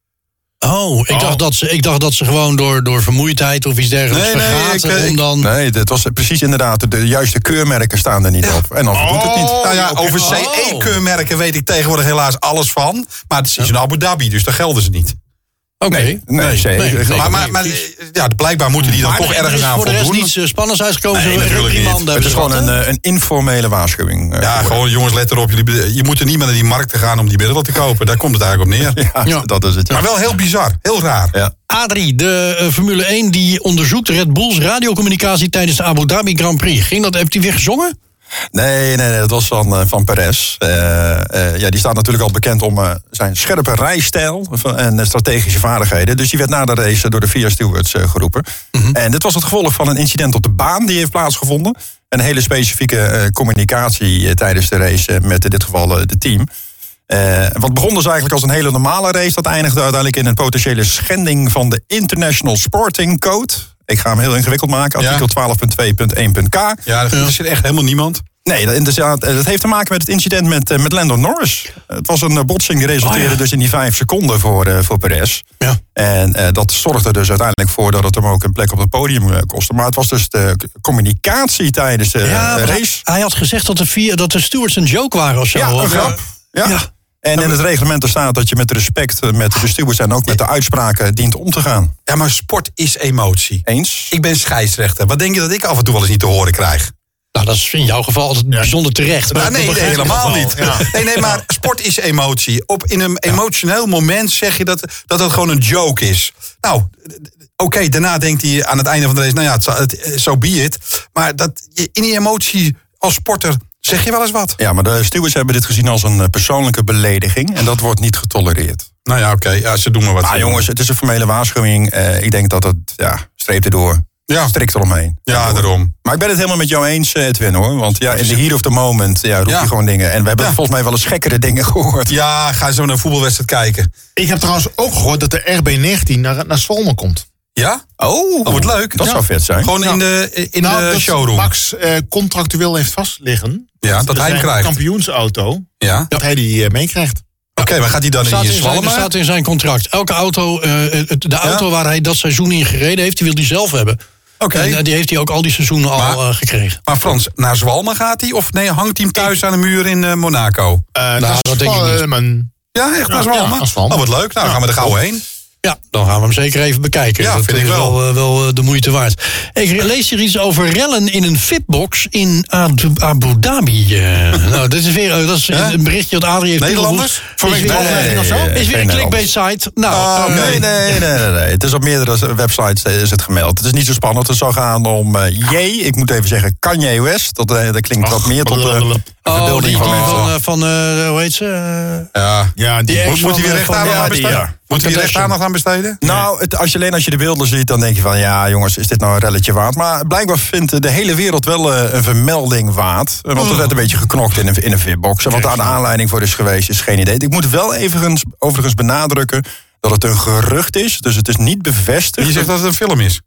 Oh, ik, Oh. Dacht, dat ze, ik dacht dat ze gewoon door, door vermoeidheid of iets dergelijks Nee, nee, vergaten ik- ik- om dan... Nee, dat was precies inderdaad. De juiste keurmerken staan er niet op. En dan doet het niet. Oh, Nou ja, oké. over C E-keurmerken weet ik tegenwoordig helaas alles van. Maar het is in Abu Dhabi, dus daar gelden ze niet. Oké. Nee, nee, zeker. nee, nee. Maar, maar, maar ja, blijkbaar moeten die dan Maar toch er ergens is aan voor de rest voldoen. niets uh, spannends uitgekomen. Nee, Zo'n natuurlijk reprimand niet. hebben Het is ze gewoon gehad, een, hè? eh, een informele waarschuwing. uh, Ja, geworden. gewoon jongens, let erop. Jullie, je moet er niet meer naar die markt te gaan om die brillen te kopen. Daar komt het eigenlijk op neer. Ja, Ja. dat is het. Ja. Maar wel heel bizar, heel raar. Ja. Adrie, de uh, Formule één die onderzoekt Red Bulls radiocommunicatie tijdens de Abu Dhabi Grand Prix. Ging dat, hebt u weer gezongen? Nee, nee, nee, dat was van, uh, van Perez. Uh, uh, ja, die staat natuurlijk al bekend om uh, zijn scherpe rijstijl en uh, strategische vaardigheden. Dus die werd na de race door de V I A-stewards uh, geroepen. Mm-hmm. En dit was het gevolg van een incident op de baan die heeft plaatsgevonden. Een hele specifieke uh, communicatie uh, tijdens de race uh, met in dit geval uh, de team. Uh, wat begon dus eigenlijk als een hele normale race, dat eindigde uiteindelijk in een potentiële schending van de International Sporting Code. Ik ga hem heel ingewikkeld maken, artikel Ja. twaalf punt twee punt één punt k. Ja, er is er echt helemaal niemand. Nee, dat, inderdaad, dat heeft te maken met het incident met, uh, met Lando Norris. Het was een uh, botsing die resulteerde Oh, ja. dus in die vijf seconden voor, uh, voor Perez. Ja. En uh, dat zorgde er dus uiteindelijk voor dat het hem ook een plek op het podium uh, kostte. Maar het was dus de communicatie tijdens de uh, Ja, maar race. hij had gezegd dat de, vier, dat de stewards een joke waren of zo. Ja, een Of, grap. Ja. Ja. En in het reglement er staat dat je met respect uh, met de stewards en ook met de uitspraken dient om te gaan. Ja, maar sport is emotie. Eens? Ik ben scheidsrechter. Wat denk je dat ik af en toe wel eens niet te horen krijg? Nou, dat is in jouw geval altijd bijzonder terecht. Maar Nou, nee, dat nee, begrijp ik helemaal wel. niet. Ja. Nee, nee, maar sport is emotie. Op, in een emotioneel moment zeg je dat dat, het gewoon een joke is. Nou, oké, okay, daarna denkt hij aan het einde van de race, nou ja, het, het, so be it. Maar dat, in die emotie als sporter zeg je wel eens wat. Ja, maar de stewards hebben dit gezien als een uh, persoonlijke belediging. En dat wordt niet getolereerd. Nou ja, oké, ja, ze doen maar wat. Maar ze jongens, het is een formele waarschuwing. Uh, ik denk dat het, ja, streep erdoor. Ja. Strikt eromheen. Ja, daarom. Maar ik ben het helemaal met jou eens, Edwin, hoor. Want ja, in de heat of the moment ja, roep Ja. je gewoon dingen. En we hebben Ja. volgens mij wel eens gekkere dingen gehoord. Ja, ga zo naar een voetbalwedstrijd kijken. Ik heb trouwens ook gehoord dat de R B negentien naar, naar Zwolle komt. Ja? Oh, Oh, wat leuk. Dat Ja. zou vet zijn. Gewoon Ja. in de, in Nou, de dat showroom. Max uh, contractueel heeft vastliggen. Ja, dat hij hem zijn krijgt. kampioensauto, Ja? dat hij die uh, meekrijgt. Oké, maar gaat hij dan Staat in in, je zijn, zwalmen? staat in zijn contract. Elke auto, uh, het- de auto waar hij dat seizoen in gereden heeft, die wil hij zelf hebben. Oké. En uh, die heeft hij ook al die seizoenen Maar- al uh, gekregen. Maar Frans, naar Zwalmen gaat hij? Of nee, hangt hij hem thuis aan de muur in uh, Monaco? Uh, dat denk ik niet. Zwalmen. Ja, echt naar Ja, Zwalmen? ja, naar Zwalmen. Oh, wat leuk. Nou, dan gaan we er gauw heen. Ja, dan gaan we hem zeker even bekijken. Ja, dat vind is ik wel. wel, uh, wel uh, de moeite waard. Ik lees hier iets over rellen in een fitbox in Abu, Abu Dhabi. Uh, nou, dit is weer uh, dat is Ja? een berichtje dat Adrie heeft Nederlanders? toegevoegd. Vanwege Is de weer- afleiding of zo? Nee, Is weer geen een clickbait site. Nou, Ah, oké. Nee, nee, nee, nee, nee. Het is op meerdere websites is het gemeld. Het is niet zo spannend. Het zou gaan om uh, J, ik moet even zeggen Kanye West. Dat, uh, dat klinkt wat meer tot de Oh, die, verbeelding die van... van, uh, uh, van uh, hoe heet ze? Uh, Ja. Ja, die, Die Moet, moet hij weer van, recht van- aandacht ja, aan die, besteden? ja. Moet hij weer recht Kardashian. aandacht aan besteden? Nou, het, als je alleen als je de beelden ziet, dan denk je van... ja, jongens, is dit nou een relletje waard? Maar blijkbaar vindt de hele wereld wel uh, een vermelding waard. Uh, Want er werd een beetje geknokt in een, in een fitbox. En wat daar de aanleiding voor is geweest, is geen idee. Ik moet wel everigens, overigens benadrukken dat het een gerucht is. Dus het is niet bevestigd. Je zegt dat het een film is.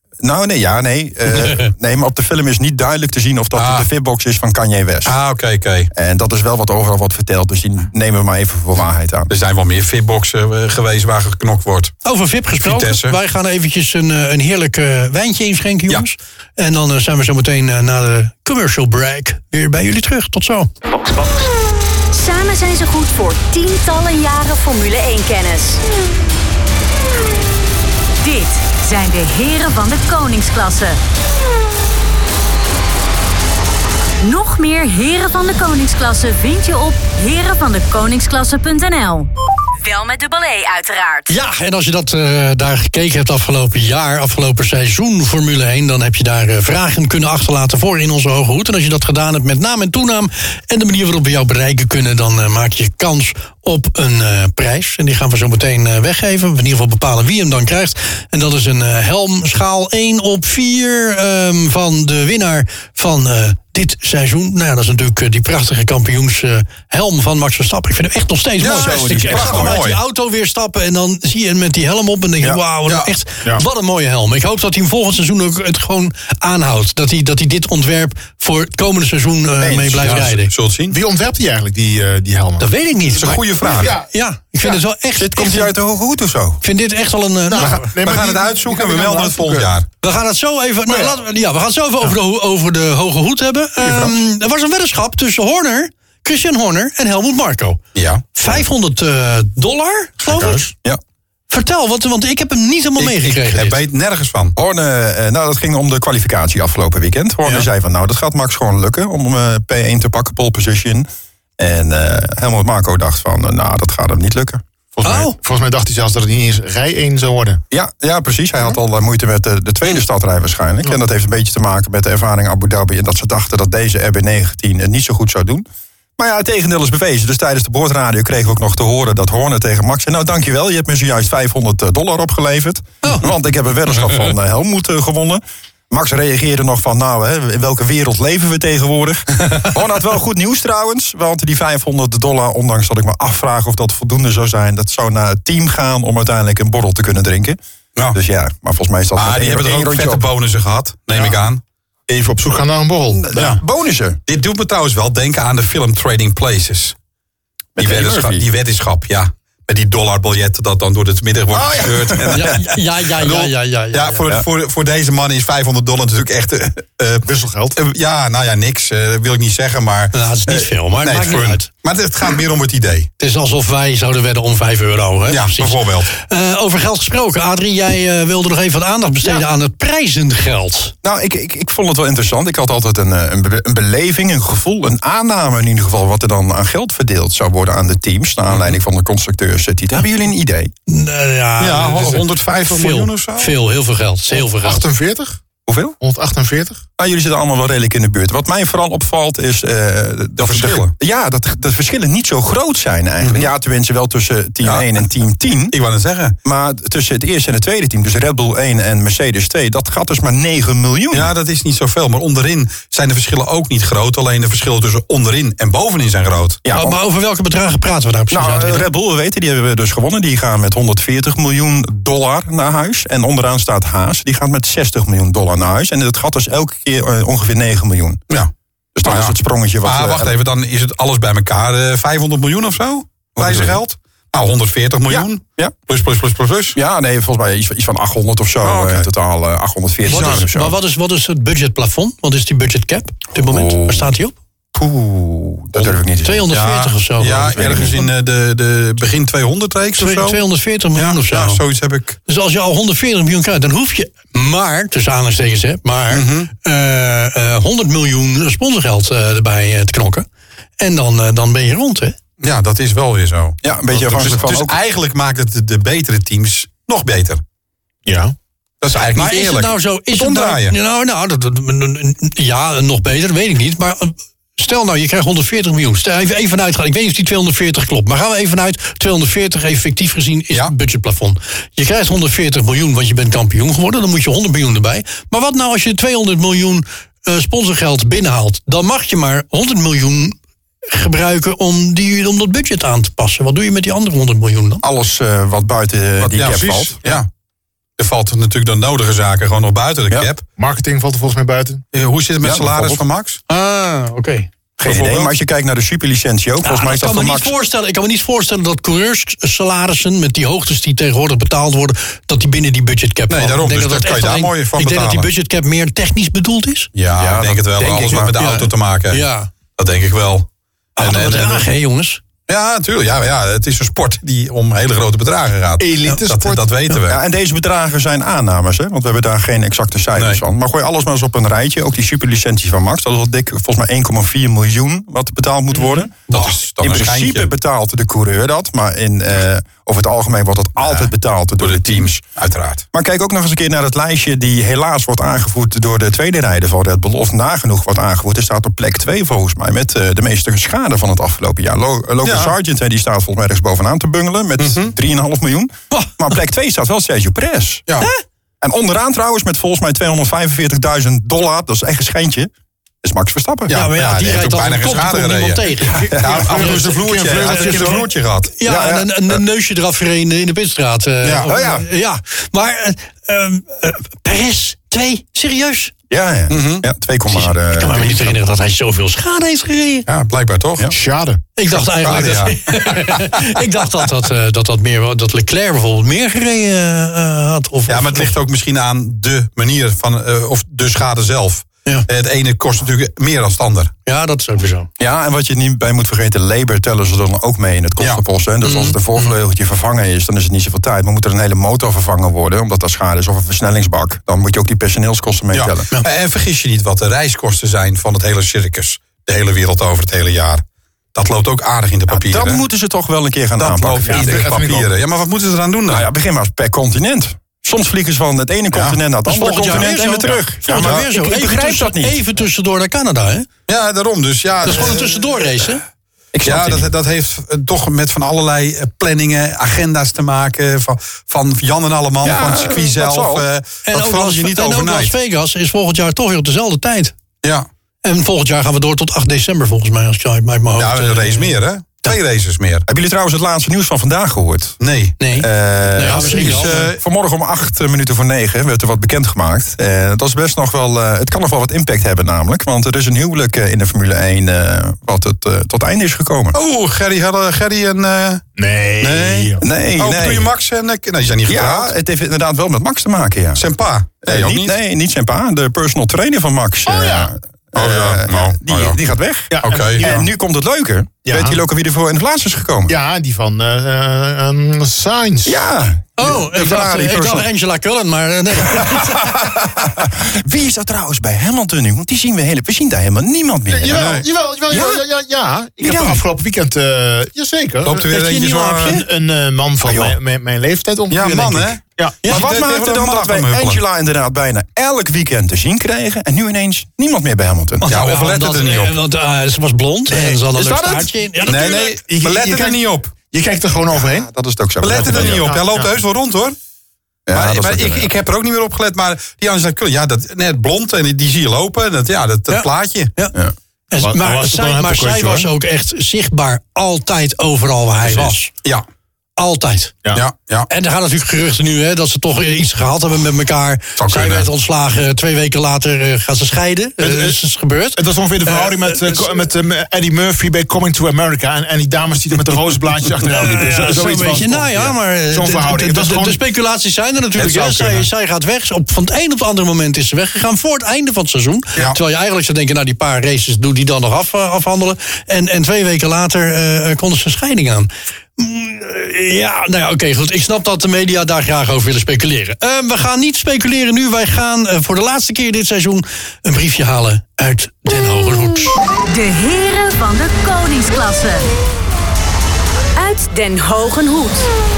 Nou, nee, ja, nee. Uh, nee, maar op de film is niet duidelijk te zien of dat ah. de fitbox is van Kanye West. Ah, oké, okay, oké. Okay. En dat is wel wat overal wordt verteld, dus die nemen we maar even voor waarheid aan. Er zijn wel meer fitboxen uh, geweest waar geknokt wordt. Over V I P gesproken. Vitesse. Wij gaan eventjes een, een heerlijk uh, wijntje inschenken, jongens. Ja. En dan uh, zijn we zo meteen uh, na de commercial break weer bij jullie terug. Tot zo. Box, box. Samen zijn ze goed voor tientallen jaren Formule één-kennis. Dit zijn de heren van de koningsklasse. Nog meer heren van de koningsklasse vind je op heren van de koningsklasse punt n l. Wel met dubbel E uiteraard. Ja, en als je dat uh, daar gekeken hebt afgelopen jaar, afgelopen seizoen Formule één... dan heb je daar uh, vragen kunnen achterlaten voor in onze hoge hoed. En als je dat gedaan hebt met naam en toenaam en de manier waarop we jou bereiken kunnen... dan uh, maak je kans op een uh, prijs. En die gaan we zo meteen uh, weggeven. In ieder geval bepalen wie hem dan krijgt. En dat is een uh, helm schaal één op vier um, van de winnaar van... Uh, dit seizoen, nou ja, dat is natuurlijk uh, die prachtige kampioenshelm uh, van Max Verstappen. Ik vind hem echt nog steeds ja, mooi. Zo, ik ga hem uit die auto weer stappen en dan zie je hem met die helm op en denk je, ja. wauw, ja. echt, ja. wat een mooie helm. Ik hoop dat hij hem volgend seizoen ook het gewoon aanhoudt. Dat hij, dat hij dit ontwerp voor het komende seizoen uh, mee blijft ja, rijden. Zult zien. Wie ontwerpt hij eigenlijk, die, uh, die helm? Dat weet ik niet. Dat is een goede vraag. Ja, ja ik vind ja. het wel echt... Dit komt hij uit de hoge hoed of zo? Ik vind dit echt al een... Uh, nou, nou, nee, we gaan die, het uitzoeken en we melden het volgend jaar. We gaan het zo even, nou, ja. laten we, ja, we gaan het zo even over, de, over de hoge hoed hebben. Um, er was een weddenschap tussen Horner, Christian Horner en Helmut Marko. Ja. vijfhonderd dollar, geloof ik. Ja. Vertel, want, want ik heb hem niet helemaal ik, meegekregen. Ik weet nergens van. Horner, nou dat ging om de kwalificatie afgelopen weekend. Horner ja. zei van, nou dat gaat Max gewoon lukken om uh, P één te pakken, pole position. En uh, Helmut Marko dacht van, uh, nou dat gaat hem niet lukken. Volgens, oh. mij, volgens mij dacht hij zelfs dat het niet eens rij één zou worden. Ja, ja precies. Hij had al uh, moeite met de, de tweede stadrij waarschijnlijk. Ja. En dat heeft een beetje te maken met de ervaring Abu Dhabi. En dat ze dachten dat deze R B negentien het niet zo goed zou doen. Maar ja, het tegendeel is bewezen. Dus tijdens de boordradio kregen we ook nog te horen dat Horner tegen Max zei, nou dankjewel, je hebt me zojuist vijfhonderd dollar opgeleverd. Oh. Want ik heb een weddenschap van uh, Helmut uh, gewonnen. Max reageerde nog van, nou, hè, in welke wereld leven we tegenwoordig? Horner had wel goed nieuws trouwens, want die vijfhonderd dollar, ondanks dat ik me afvraag of dat voldoende zou zijn, dat zou naar het team gaan om uiteindelijk een borrel te kunnen drinken. Ja. Dus ja, maar volgens mij is dat... Ah, die hebben er ook vette op. bonussen gehad, neem ja. ik aan. Even op zoek gaan naar een borrel. Ja. Bonussen. Dit doet me trouwens wel denken aan de film Trading Places. Die weddenschap, die weddenschap, ja. Met die dollarbiljetten dat dan door het midden wordt oh, gescheurd. Ja, ja, ja, ja, ja, ja, ja, ja, voor, ja. Voor, voor deze man is vijfhonderd dollar natuurlijk echt... Uh, wisselgeld. Uh, ja, nou ja, niks. Uh, wil ik niet zeggen, maar... Nou, dat is niet uh, veel, maar nee, het maakt niet een, uit. Maar het gaat meer om het idee. Het is alsof wij zouden wedden om vijf euro. Hè? Ja, precies. bijvoorbeeld. Uh, over geld gesproken. Adrie, jij uh, wilde nog even wat aandacht besteden ja. aan het prijzengeld. Nou, ik, ik, ik vond het wel interessant. Ik had altijd een, een, be- een beleving, een gevoel, een aanname in ieder geval... wat er dan aan geld verdeeld zou worden aan de teams... naar aanleiding van de constructeurstitel. Hebben jullie een idee? Uh, ja, ja, honderdvijftig veel, miljoen of zo? Veel, heel veel geld. Heel veel geld. achtenveertig? Hoeveel? honderdachtenveertig? Nou, jullie zitten allemaal wel redelijk in de buurt. Wat mij vooral opvalt is... Uh, de, de verschillen. De, ja, dat de verschillen niet zo groot zijn eigenlijk. Mm-hmm. Ja, tenminste wel tussen team ja. één en team tien. Ik wou het zeggen. Maar tussen het eerste en het tweede team, dus Red Bull één en Mercedes twee... dat gaat dus maar negen miljoen. Ja, dat is niet zoveel. Maar onderin zijn de verschillen ook niet groot. Alleen de verschillen tussen onderin en bovenin zijn groot. Ja, maar, maar over welke bedragen praten we daar precies? Nou, uh, Red Bull, we weten, die hebben we dus gewonnen. Die gaan met honderdveertig miljoen dollar naar huis. En onderaan staat Haas, die gaat met zestig miljoen dollar naar huis. En het gat is elke keer uh, ongeveer negen miljoen. Ja. Dus dan ah, is het sprongetje wat... Ah, wacht uh, even, dan is het alles bij elkaar uh, vijfhonderd miljoen of zo? Prijzengeld? Nou, honderdveertig miljoen. Ja. Ja. Plus, plus, plus, plus, plus. Ja, nee, volgens mij iets, iets van achthonderd of zo. Oh, okay. uh, totaal uh, achthonderdveertig wat is, of zo. Maar wat is, wat is het budgetplafond? Wat is die budgetcap op dit moment? Oh. Waar staat die op? Poeh, dat durf ik niet te tweehonderdveertig ja, of zo. Ja, ergens in de, de begin tweehonderd reeks of zo. tweehonderdveertig miljoen ja, of zo. Ja, zoiets heb ik. Dus als je al honderdveertig miljoen krijgt, dan hoef je maar, tussen aanhalingstekens hè, maar mm-hmm. uh, uh, honderd miljoen sponsorgeld uh, erbij uh, te knokken. En dan, uh, dan ben je rond, hè? Ja, dat is wel weer zo. Ja, een beetje afhankelijk dus, van... Dus ook... eigenlijk maakt het de, de betere teams nog beter. Ja. Dat is eigenlijk maar niet is eerlijk. Het nou zo, is het nou, nou, nou dat, dat, ja, nog beter, dat weet ik niet. Maar stel nou, je krijgt honderdveertig miljoen. Stel even, even vanuit gaan. Ik weet niet of die tweehonderdveertig klopt. Maar gaan we even vanuit tweehonderdveertig, even fictief gezien, is ja. het budgetplafond. Je krijgt honderdveertig miljoen, want je bent kampioen geworden. Dan moet je honderd miljoen erbij. Maar wat nou als je tweehonderd miljoen uh, sponsorgeld binnenhaalt? Dan mag je maar honderd miljoen gebruiken om, die, om dat budget aan te passen. Wat doe je met die andere honderd miljoen dan? Alles uh, wat buiten uh, wat, die ja, cap precies. valt. Ja. Er valt natuurlijk de nodige zaken gewoon nog buiten de Ja. cap. Marketing valt er volgens mij buiten. Uh, hoe zit het met Ja, salaris van bijvoorbeeld. Max? Ah, oké. Okay. Geen idee, maar als je kijkt naar de superlicentie ook, Ja, volgens mij is ik, dat kan voor me niet Max... voorstellen, ik kan me niet voorstellen dat coureurssalarissen met die hoogtes die tegenwoordig betaald worden, dat die binnen die budgetcap Nee, vallen. daarom, Ik denk dus dat daar dat kan je echt daar alleen- mooi van Ik denk dat die betalen. budgetcap meer technisch bedoeld is. Ja, Ja, ik denk dat het wel. denk ik Alles maar. wat met de Ja. auto te maken heeft. Ja. Dat denk ik wel. Ah, En- dat en- en- bedrag, hè, jongens. Ja, natuurlijk. Ja, ja, het is een sport die om hele grote bedragen gaat. Elite dat, sport. dat weten we. Ja, en deze bedragen zijn aannames, hè? Want we hebben daar geen exacte cijfers Nee. van. Maar gooi alles maar eens op een rijtje. Ook die superlicentie van Max. Dat is al dik, volgens mij één komma vier miljoen wat betaald moet worden. Dat is dan in een principe schijntje. betaalt de coureur dat. Maar in, eh, over het algemeen wordt dat altijd betaald door, Door de de teams. teams, uiteraard. Maar kijk ook nog eens een keer naar het lijstje die helaas wordt aangevoerd door de tweede rijder van Red Bull. Of nagenoeg wordt aangevoerd. Er staat op plek twee volgens mij met eh, de meeste schade van het afgelopen jaar. Lo- Logan Ja. Sargent hè, die staat volgens mij ergens bovenaan te bungelen met drie komma vijf miljoen. Oh. Maar op plek twee staat wel Sergio Perez. Ja. En onderaan trouwens met volgens mij tweehonderdvijfenveertigduizend dollar, dat is echt een schijntje, is Max Verstappen. Ja, maar ja, ja, die, die heeft rijdt ook al bijna een geen kop, schade er komt niemand gereden. tegen. Ja, af en toe is een vloertje. Ja, Hij heeft een vloertje gehad. Ja, Ja, ja. en een, een neusje eraf gereden in de pitstraat. eh, Ja. of- Oh ja. ja. Maar uh, um, uh, Perez, twee, serieus? Ja, ja. ja twee komma Ik kan me niet herinneren dat hij zoveel schade heeft gereden. Ja, blijkbaar toch? Schade. Ik dacht eigenlijk Schade, dat, ik dacht dat, dat, uh, dat, dat, meer, dat Leclerc bijvoorbeeld meer gereden uh, had. Of, Ja, maar het of- ligt ook misschien aan de manier van, uh, of de schade zelf. Ja. Het ene kost natuurlijk meer dan het ander. Ja, dat is ook weer zo. Ja, en wat je niet bij moet vergeten, labor tellen ze dan ook mee in het kostenpost. hè. Dus als het een voorvleugeltje vervangen is, dan is het niet zoveel tijd. Maar moet er een hele motor vervangen worden, omdat dat schade is, of een versnellingsbak, dan moet je ook die personeelskosten meetellen. Ja. En vergis je niet wat de reiskosten zijn van het hele circus. De hele wereld over het hele jaar. Dat loopt ook aardig in de papieren. Dat hè? moeten ze toch wel een keer gaan dat aanpakken. loopt vind in ik. de dat vind ik papieren. Ja, maar wat moeten ze eraan doen dan? Nou ja, begin maar eens per continent. Soms vliegen ze van het ene continent naar het Dat is andere volgend jaar continent en weer weer zo. terug. Volgend jaar maar weer zo. ik, ik Even begrijp tussen- dat niet. Even tussendoor naar Canada, hè? Ja, daarom dus. Ja, Dat is gewoon een eh, tussendoor race, hè? Ik snap Ja, het dat, niet. dat heeft eh, toch met van allerlei eh, planningen, agenda's te maken. Van, van Jan en Alleman, Ja, van het circuit dat zelf. zal. eh, En dat ook, verandert Las, je niet en ook Las overnight. Vegas is volgend jaar toch weer op dezelfde tijd. Ja, En volgend jaar gaan we door tot acht december volgens mij, als ik uit mijn hoofd... ja, eh, een race meer hè? Twee races meer. Hebben jullie trouwens het laatste nieuws van vandaag gehoord? Nee. Nee. Eh, ja, misschien is, wel. eh, vanmorgen om acht minuten voor negen werd er wat bekendgemaakt. Eh, dat is best nog wel, eh, het kan nog wel wat impact hebben namelijk. Want er is een huwelijk eh, in de Formule één eh, wat het, eh, tot einde is gekomen. Oh, Gerry, hadden Gerry en... eh Nee. Nee. Nee, oh, nee. doe je Max en... eh, nee, die zijn niet Ja, getrouwd. het heeft inderdaad wel met Max te maken, ja. Zijn pa. Nee, Eh, ook niet, niet. nee, niet zijn pa, de personal trainer van Max. Oh, eh, ja. Oh, ja. eh, Nou, die, oh, ja. die gaat weg. Ja, Oké. en- En nu komt het leuke. Ja. Weet jullie ook al wie er voor in de plaats is gekomen? Ja, die van uh, um, Sainz. Ja. Oh, de ik dacht, Ferrari ik dacht personal- Angela Cullen, maar eh, nee. Wie is dat trouwens bij Hamilton nu? Want die zien we, hele, we zien daar helemaal niemand meer. Jawel, Nee. jawel, jawel, Ja? ja, ja, ja. Ik heb dan? afgelopen weekend, uh, jazeker. Loopt er weer Heeft hij een eentje nieuw zo... hapje? Een, een uh, man van Ah, joh. mijn, mijn, mijn leeftijd ongeveer, Ja, man, denk hè? ik. Ja. Ja, Maar wat die- maakte die- dan die- dat wij die- die- Angela inderdaad bijna elk weekend te zien kregen... en nu ineens niemand meer bij Hamilton? Ja, of let het omdat, er niet op. eh, Want uh, ze was blond en ze had een Is leuk dat het? staartje in. Ja, Nee, natuurlijk. nee, Je- we je letten er kijkt- niet op. Je kijkt er gewoon overheen. Ja, dat is het ook zo. We letten er ja, niet op. ja, Hij loopt ja. heus wel rond, hoor. Ja, maar dat is maar ook ik, zo, ja. ik heb er ook niet meer op gelet. Maar die Angela Cullen, ja, dat, net blond en die, die zie je lopen. Dat, ja, dat, dat Ja. plaatje. Ja. Ja. En- Wat- maar was het zij, wel een maar zij hypocrisie, was hoor. ook echt zichtbaar altijd overal waar hij was. Ja, Altijd. Ja. ja, ja. En er gaan natuurlijk geruchten nu hè, dat ze toch iets gehad hebben met elkaar. Zou Zij kunnen. werd ontslagen, twee weken later uh, gaan ze scheiden. Uh, Het- dat is gebeurd. Het was ongeveer de verhouding Eh, met, uh, dus- co- met um, Eddie Murphy bij Coming to America. En, en die dames die er met de roze blaadjes achteraan liepen. Ja, Zo- zo'n zoiets was beetje. het Nou ja, ongeveer. maar eh, Zo'n de- verhouding. de, Het was de, gewoon- de speculaties zijn er natuurlijk. Het zou Ja, zij, kunnen. zij gaat weg. Op, van het een op het andere moment is ze weggegaan. Voor het einde van het seizoen. Ja. Terwijl je eigenlijk zou denken, nou die paar races doe die dan nog af, uh, afhandelen. En, en twee weken later uh, konden ze een scheiding aan. Mm, uh, ja, nou ja, oké, okay, goed. Ik snap dat de media daar graag over willen speculeren. Uh, we gaan niet speculeren nu. Wij gaan uh, voor de laatste keer dit seizoen een briefje halen uit Den Hogerhoed. De heren van de koningsklasse. Uit Den Hogenhoed.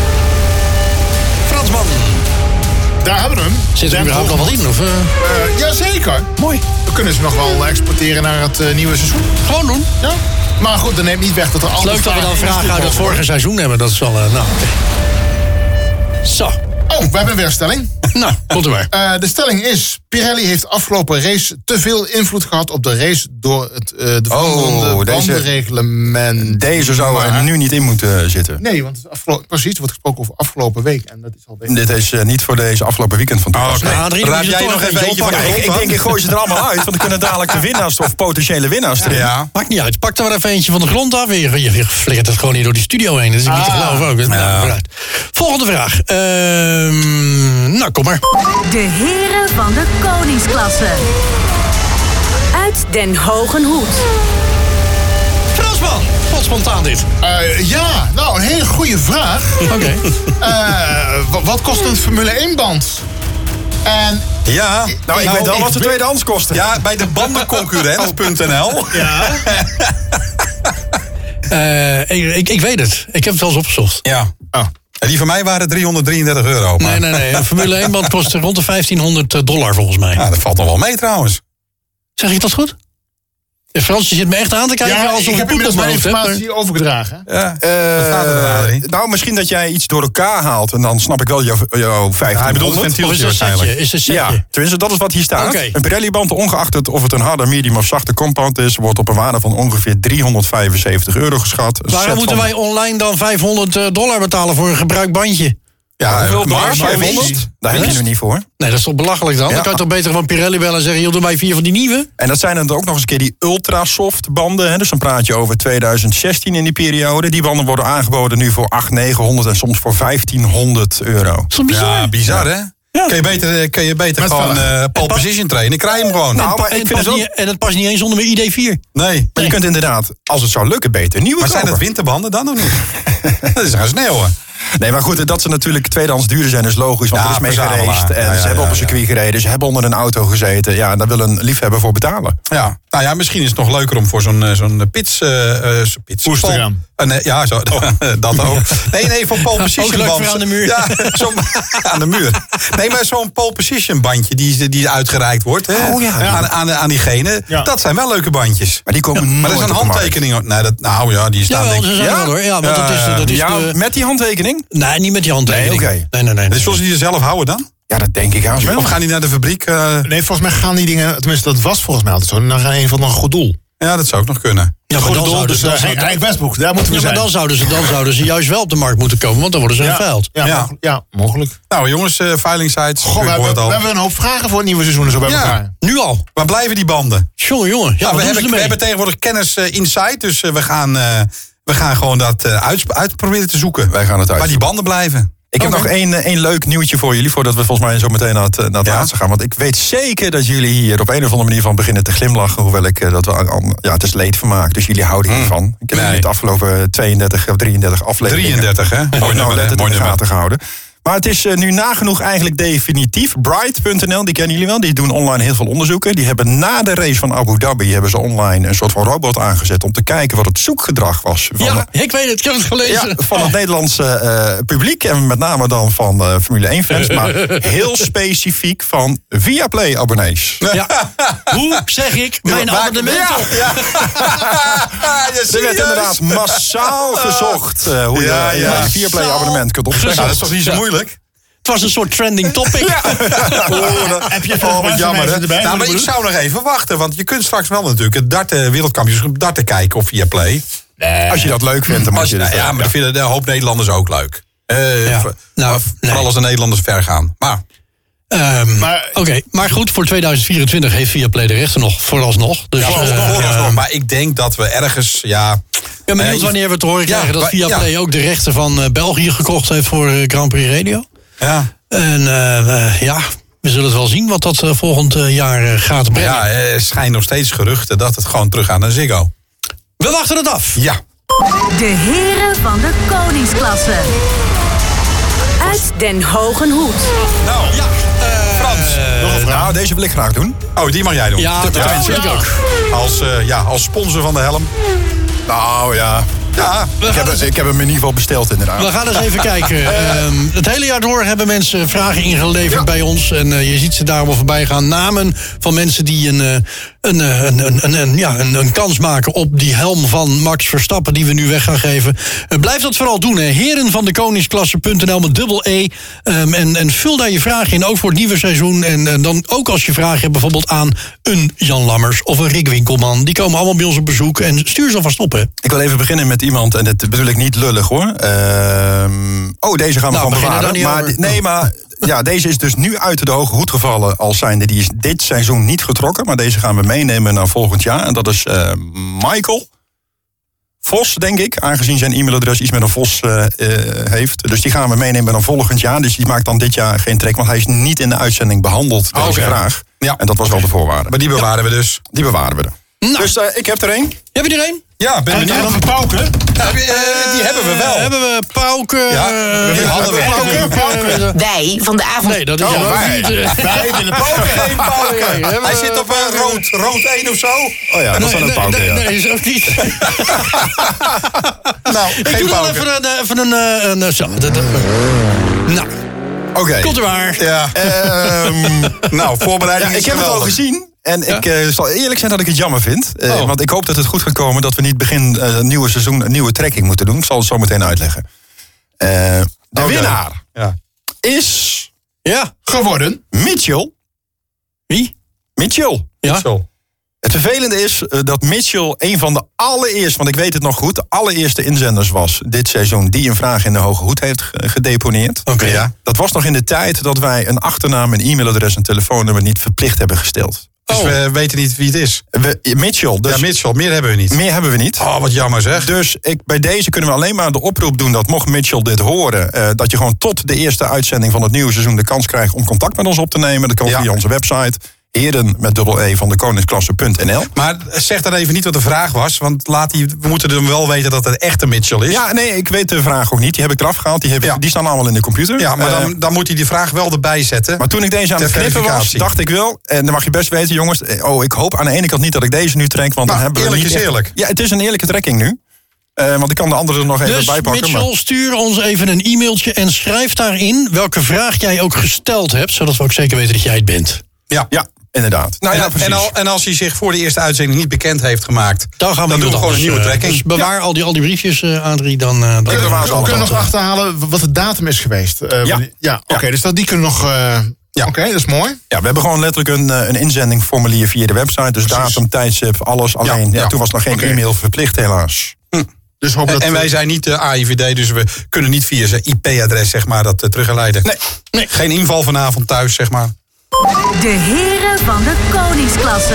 Fransman, Daar hebben we hem. zit er Den überhaupt nog wat in? Of, uh, Uh, Jazeker. mooi. We kunnen ze nog wel exporteren naar het uh, nieuwe seizoen. Gewoon doen. Ja? Maar goed, dat neemt niet weg dat er altijd Leuk dat we dan vragen uit het vorige seizoen hebben. Dat is wel... Uh, nou, oké. Zo. Oh, we hebben een weer een stelling. Nou, Komt er maar. Uh, de stelling is, Pirelli heeft afgelopen race te veel invloed gehad op de race door het uh, de veranderende Oh, deze- bandenreglement. Deze zou er Maar- nu niet in moeten zitten. Nee, want het is afgelo- precies, er wordt gesproken over afgelopen week. En dat is al bezig. Dit is eh, niet voor deze afgelopen weekend van toepassing. oké. Nou, Adrien, Raad moet je jij er toch nog even eentje eentje van Ja, de oppakken? ik, ik denk, ik gooi ze er allemaal uit, want dan kunnen dadelijk de winnaars of potentiële winnaars erin. Ja. Maakt niet uit. Pak er maar even eentje van de grond af. Je, je, je flikkert het gewoon hier door die studio heen. Dat is niet te Ah. geloven ook. Nou, vooruit. Volgende vraag. Ehm, nou, kom maar. De heren van de koningsklasse. Uit Den Hogen Hoed. Fransman. Wat spontaan dit. Uh, ja, nou, een hele goede vraag. Oké. Uh, wa- wat kost een Formule één band? En Ja, Nou, ik weet wel wat de tweedehands kosten. Ja, bij de bandenconcurrent punt n l. ja, Eh, ik, ik, ik weet het. Ik heb het wel eens opgezocht. Ja. Oh. En die van mij waren driehonddrieëndertig euro. Maar... Nee, nee, nee. Een Formule één band kost rond de vijftienhonderd dollar volgens mij. Ja, dat valt nog wel mee trouwens. Zeg ik dat goed? De Frans je zit me echt aan te kijken ja alsof ik ik heb poep op inmiddels mijn mijn hoofd heb. informatie overgedragen. Ja. Eh, Wat staat er dan, Adrie? nou, misschien dat jij iets door elkaar haalt en dan snap ik wel jouw, jouw vijftienhonderd. Hij bedoelt het Of is ventieltje het een waarschijnlijk. setje? Is het een Ja, setje? tenminste, dat is wat hier staat. Oké. Een Pirelli-band, ongeacht het of het een harde, medium of zachte compound is, wordt op een waarde van ongeveer driehonderdvijfenzeventig euro geschat. Een Waarom set moeten van- wij online dan vijfhonderd dollar betalen voor een gebruikt bandje? Ja, hoeveel maar maar vijfhonderd? Daar heb je nu niet voor. Nee, dat is toch belachelijk dan? Ja. Dan kan je toch beter van Pirelli bellen en zeggen... joh, doe mij vier van die nieuwe. En dat zijn dan ook nog eens een keer die ultrasoft banden. Hè? Dus dan praat je over tweeduizend zestien in die periode. Die banden worden aangeboden nu voor achthonderd, negenhonderd en soms voor vijftienhonderd euro. Dat is toch bizar? Ja, bizar hè? Ja. Kun je beter, kun je beter Met gewoon vallen. eh pole position trainen? Krijg je hem gewoon. Nou, maar en, ik het vind past het ook... niet, en het past niet eens onder mijn I D vier. Nee. Maar je kunt inderdaad, als het zou lukken, beter nieuwe Maar zijn kopen. het winterbanden dan nog niet? Dat is gaan sneeuwen. Nee, maar goed, dat ze natuurlijk tweedehands duurder zijn is logisch. Want Ja, er is mee verzamelaar. gereisd. En Ja, ja, ze hebben ja, op een ja. circuit gereden. Ze hebben onder een auto gezeten. Ja, en daar wil een liefhebber voor betalen. Ja, nou ja, misschien is het nog leuker om voor zo'n eh, zo'n pits... eh eh, pits Koers te pole- gaan. Eh, nee, ja, zo, dat ook. Nee, nee, voor pole position Ook leuk band. voor aan de muur. Ja, zo'n, aan de muur. Nee, maar zo'n pole position bandje die, die uitgereikt wordt. Hè, Oh, ja. aan, aan, aan diegene. Ja. Dat zijn wel leuke bandjes. Maar die komen Maar nooit er is een op de markt. handtekening. op- Nee, dat, nou ja, die staan Ja, denk ze ik... zijn Ja? wel hoor. Ja, want Ja, dat is, dat is Ja, de... met die handtekening? Nee, niet met die handtekening. Nee, oké. Nee, nee, nee. Dus nee. zullen ze die er zelf houden dan? Ja, dat denk ik haast wel. Of gaan die naar de fabriek? eh, Nee, volgens mij gaan die dingen, tenminste dat was volgens mij altijd zo, naar een van een goed doel. Ja, dat zou ook nog kunnen. Ja, maar Goed dan doel, zouden dus ze... dan uh, zouden- Henk Westbroek, daar moeten we Ja, maar zijn. dan zouden, ze, dan zouden ze juist wel op de markt moeten komen, want dan worden ze geveild. Ja, Ja. mogelijk. ja, mogelijk. Nou jongens, uh, veilingsites. Goh, we, u hoort hebben, al. we hebben een hoop vragen voor het nieuwe seizoen zo bij Ja. elkaar. Nu al. Waar blijven die banden? Jongen, jongen. Ja, Ja, wat we, doen ze hebben, we ermee? hebben tegenwoordig kennis uh, inside. Dus uh, we, gaan, uh, we gaan gewoon dat uh, uit, uit proberen te zoeken. Wij gaan het uit. Waar die banden blijven. Ik heb Oké. nog één, één leuk nieuwtje voor jullie, voordat we volgens mij zo meteen naar het, naar het Ja. laatste gaan. Want ik weet zeker dat jullie hier op een of andere manier van beginnen te glimlachen. Hoewel ik eh, dat we aan, ja, het is leedvermaak, dus jullie houden hiervan. Ik heb Nee. jullie het afgelopen tweeëndertig of drieëndertig afleveringen. drieëndertig, hè? Mooi nou, nummer, let hè? het Mooi in de nummer. gaten gehouden. Maar het is uh, nu nagenoeg eigenlijk definitief. Bright punt n l, die kennen jullie wel. Die doen online heel veel onderzoeken. Die hebben na de race van Abu Dhabi hebben ze online een soort van robot aangezet om te kijken wat het zoekgedrag was van, Ja, ik weet het. Ik heb het gelezen. ja, van het Nederlandse uh, publiek. En met name dan van uh, Formule één fans. Maar heel specifiek van Viaplay abonnees. Ja. Hoe zeg ik mijn Ja, abonnement ja, op? ja. Ja, Er werd serieus? inderdaad massaal gezocht uh, hoe Ja, je ja. een Viaplay abonnement kunt opzetten. Nou, dat is toch niet zo Ja. moeilijk? Het was een soort trending topic. Heb je Oh, wat jammer, hè? erbij? Nou, maar ik zou nog even wachten, want je kunt straks wel natuurlijk het darten, wereldkampioenschap darten kijken of via Play. Als je dat leuk vindt, dan moet Als je je, dat ja, maar dat vinden een hoop Nederlanders ook leuk. Eh, Ja. voor- Nou, Vooral nee. als de Nederlanders ver gaan. Maar Ehm, Maar- Oké, maar goed, voor tweeduizend vierentwintig heeft Viaplay de rechten nog, vooralsnog. Dus, ja, eh, vooralsnog, vooralsnog. eh, maar ik denk dat we ergens, ja... ik ben benieuwd eh, wanneer we te horen krijgen ja, dat maar- Viaplay ja. ook de rechten van eh, België gekocht heeft voor eh, Grand Prix Radio. Ja, En eh, eh, ja, we zullen het wel zien wat dat eh, volgend eh, jaar eh, gaat maar brengen. ja, er schijnt nog steeds geruchten dat het gewoon teruggaat naar Ziggo. We wachten het af. Ja. De heren van de koningsklasse. Uit Den Hogen Hoed. Nou, Ja, eh, Frans. Nog een vraag. Nou, deze wil ik graag doen. Oh, die mag jij doen. Ja, dat vind ik ook. Als, eh, ja, als sponsor van de helm. Nou ja, Ja, ik heb, ik heb hem in ieder geval besteld inderdaad. We gaan eens even kijken. Ehm, het hele jaar door hebben mensen vragen ingeleverd bij ons. En eh, je ziet ze daarom voorbij gaan. Namen van mensen die een, eh, een, een, een, een, een, ja, een, een kans maken op die helm van Max Verstappen die we nu weg gaan geven. Uh, blijf dat vooral doen. Hè. Heren van de koningsklasse punt n l met dubbel E. Um, en, en vul daar je vragen in, ook voor het nieuwe seizoen. En, en dan ook als je vragen hebt bijvoorbeeld aan een Jan Lammers of een Rick Winkelman. Die komen allemaal bij ons op bezoek en stuur ze alvast op. Hè. Ik wil even beginnen met iemand, en dat bedoel ik niet lullig hoor. Uh, oh, deze gaan we nou, gewoon bewaren. Maar, over. Nee, maar ja, deze is dus nu uit de hoge hoed gevallen als zijnde. Die is dit seizoen niet getrokken, maar deze gaan we meenemen naar volgend jaar. En dat is uh, Michael Vos, denk ik. Aangezien zijn e-mailadres iets met een Vos uh, uh, heeft. Dus die gaan we meenemen naar volgend jaar. Dus die maakt dan dit jaar geen trek, want hij is niet in de uitzending behandeld. Deze okay. vraag. Ja. En dat was wel de voorwaarde. Maar die bewaren ja. we dus. Die bewaren we er. Nou. Dus uh, ik heb er één. Heb je er één? Ja, ben benieuwd. En dan Pauken. Ja, uh, die hebben we wel. Hebben we Pauken? Ja, die hadden we. Pauken, Pauken. Wij van de avond. Nee, dat is Oh, ja, wij. niet. Uh, Wij willen Pauken. Geen Pauken. Hij zit op uh, rood, rood één of zo. Oh ja, dat is dan een Pauken, nee, ja. nee, is ook niet. Nou, Ik geen doe dan Pauken. even een... Even een, een, een zo, dat, dat, nou, Oké. Okay. komt er maar. Ja. Um, nou, voorbereiding ja, is ik heb het al geweldig. gezien. En Ja? ik uh, zal eerlijk zijn dat ik het jammer vind. Uh, Oh. Want ik hoop dat het goed gaat komen dat we niet begin uh, het nieuwe seizoen een nieuwe trekking moeten doen. Ik zal het zo meteen uitleggen. Uh, de Okay. winnaar Ja. is Ja. Geworden. Mitchell. Wie? Mitchell. Ja. Zo. Het vervelende is uh, dat Mitchell een van de allereerste, want ik weet het nog goed, de allereerste inzenders was dit seizoen die een vraag in de hoge hoed heeft gedeponeerd. Oké. Okay. Ja. Dat was nog in de tijd dat wij een achternaam, een e-mailadres en telefoonnummer niet verplicht hebben gesteld. Dus Oh. we weten niet wie het is. We, Mitchell, dus Ja, Mitchell, meer hebben we niet. meer hebben we niet. Oh, wat jammer zeg. Dus ik, bij deze kunnen we alleen maar de oproep doen dat mocht Mitchell dit horen, uh, dat je gewoon tot de eerste uitzending van het nieuwe seizoen de kans krijgt om contact met ons op te nemen. Dat kan Ja. via onze website. Heren met dubbel E van de koningsklasse punt n l. Maar zeg dan even niet wat de vraag was. Want laat die, we moeten dan wel weten dat het echt een Mitchell is. Ja, nee, ik weet de vraag ook niet. Die heb ik eraf gehaald. Die, heb ik, Ja. die staan allemaal in de computer. Ja, maar Uh, dan, dan moet hij die vraag wel erbij zetten. Maar toen ik deze aan Ter het knippen was, verificatie. dacht ik wel, en dan mag je best weten, jongens, oh, ik hoop aan de ene kant niet dat ik deze nu trek, want Nou, dan hebben we eerlijk niet is echt- eerlijk. Ja, het is een eerlijke trekking nu. Uh, want ik kan de andere er nog even Dus bij pakken. Mitchell, Maar, stuur ons even een e-mailtje en schrijf daarin welke vraag jij ook gesteld hebt, zodat we ook zeker weten dat jij het bent. Ja. ja, inderdaad. Nou, En, ja, precies. en, al, en als hij zich voor de eerste uitzending niet bekend heeft gemaakt, Dan gaan we dan doen we gewoon een nieuwe trekking. Dus bewaar al, die, al die briefjes, uh, Adrie, dan... Uh, dan Ja, We waar ze kunnen allemaal nog achterhalen wat de datum is geweest. Uh, Ja. wanneer- ja Oké, Ja. dus dat, die kunnen nog... Uh, Ja. Oké, dat is mooi. Ja, we hebben gewoon letterlijk een, uh, een inzendingformulier via de website. Dus Precies. datum, tijdstip, alles. Alleen, ja, ja. toen was nog geen Oké. e-mail verplicht helaas. Dus hoop En, dat, en wij zijn niet de A I V D, dus we kunnen niet via zijn I P-adres zeg maar, dat uh, terugleiden. Nee. Nee. Geen inval vanavond thuis, zeg maar. De heren van de koningsklasse.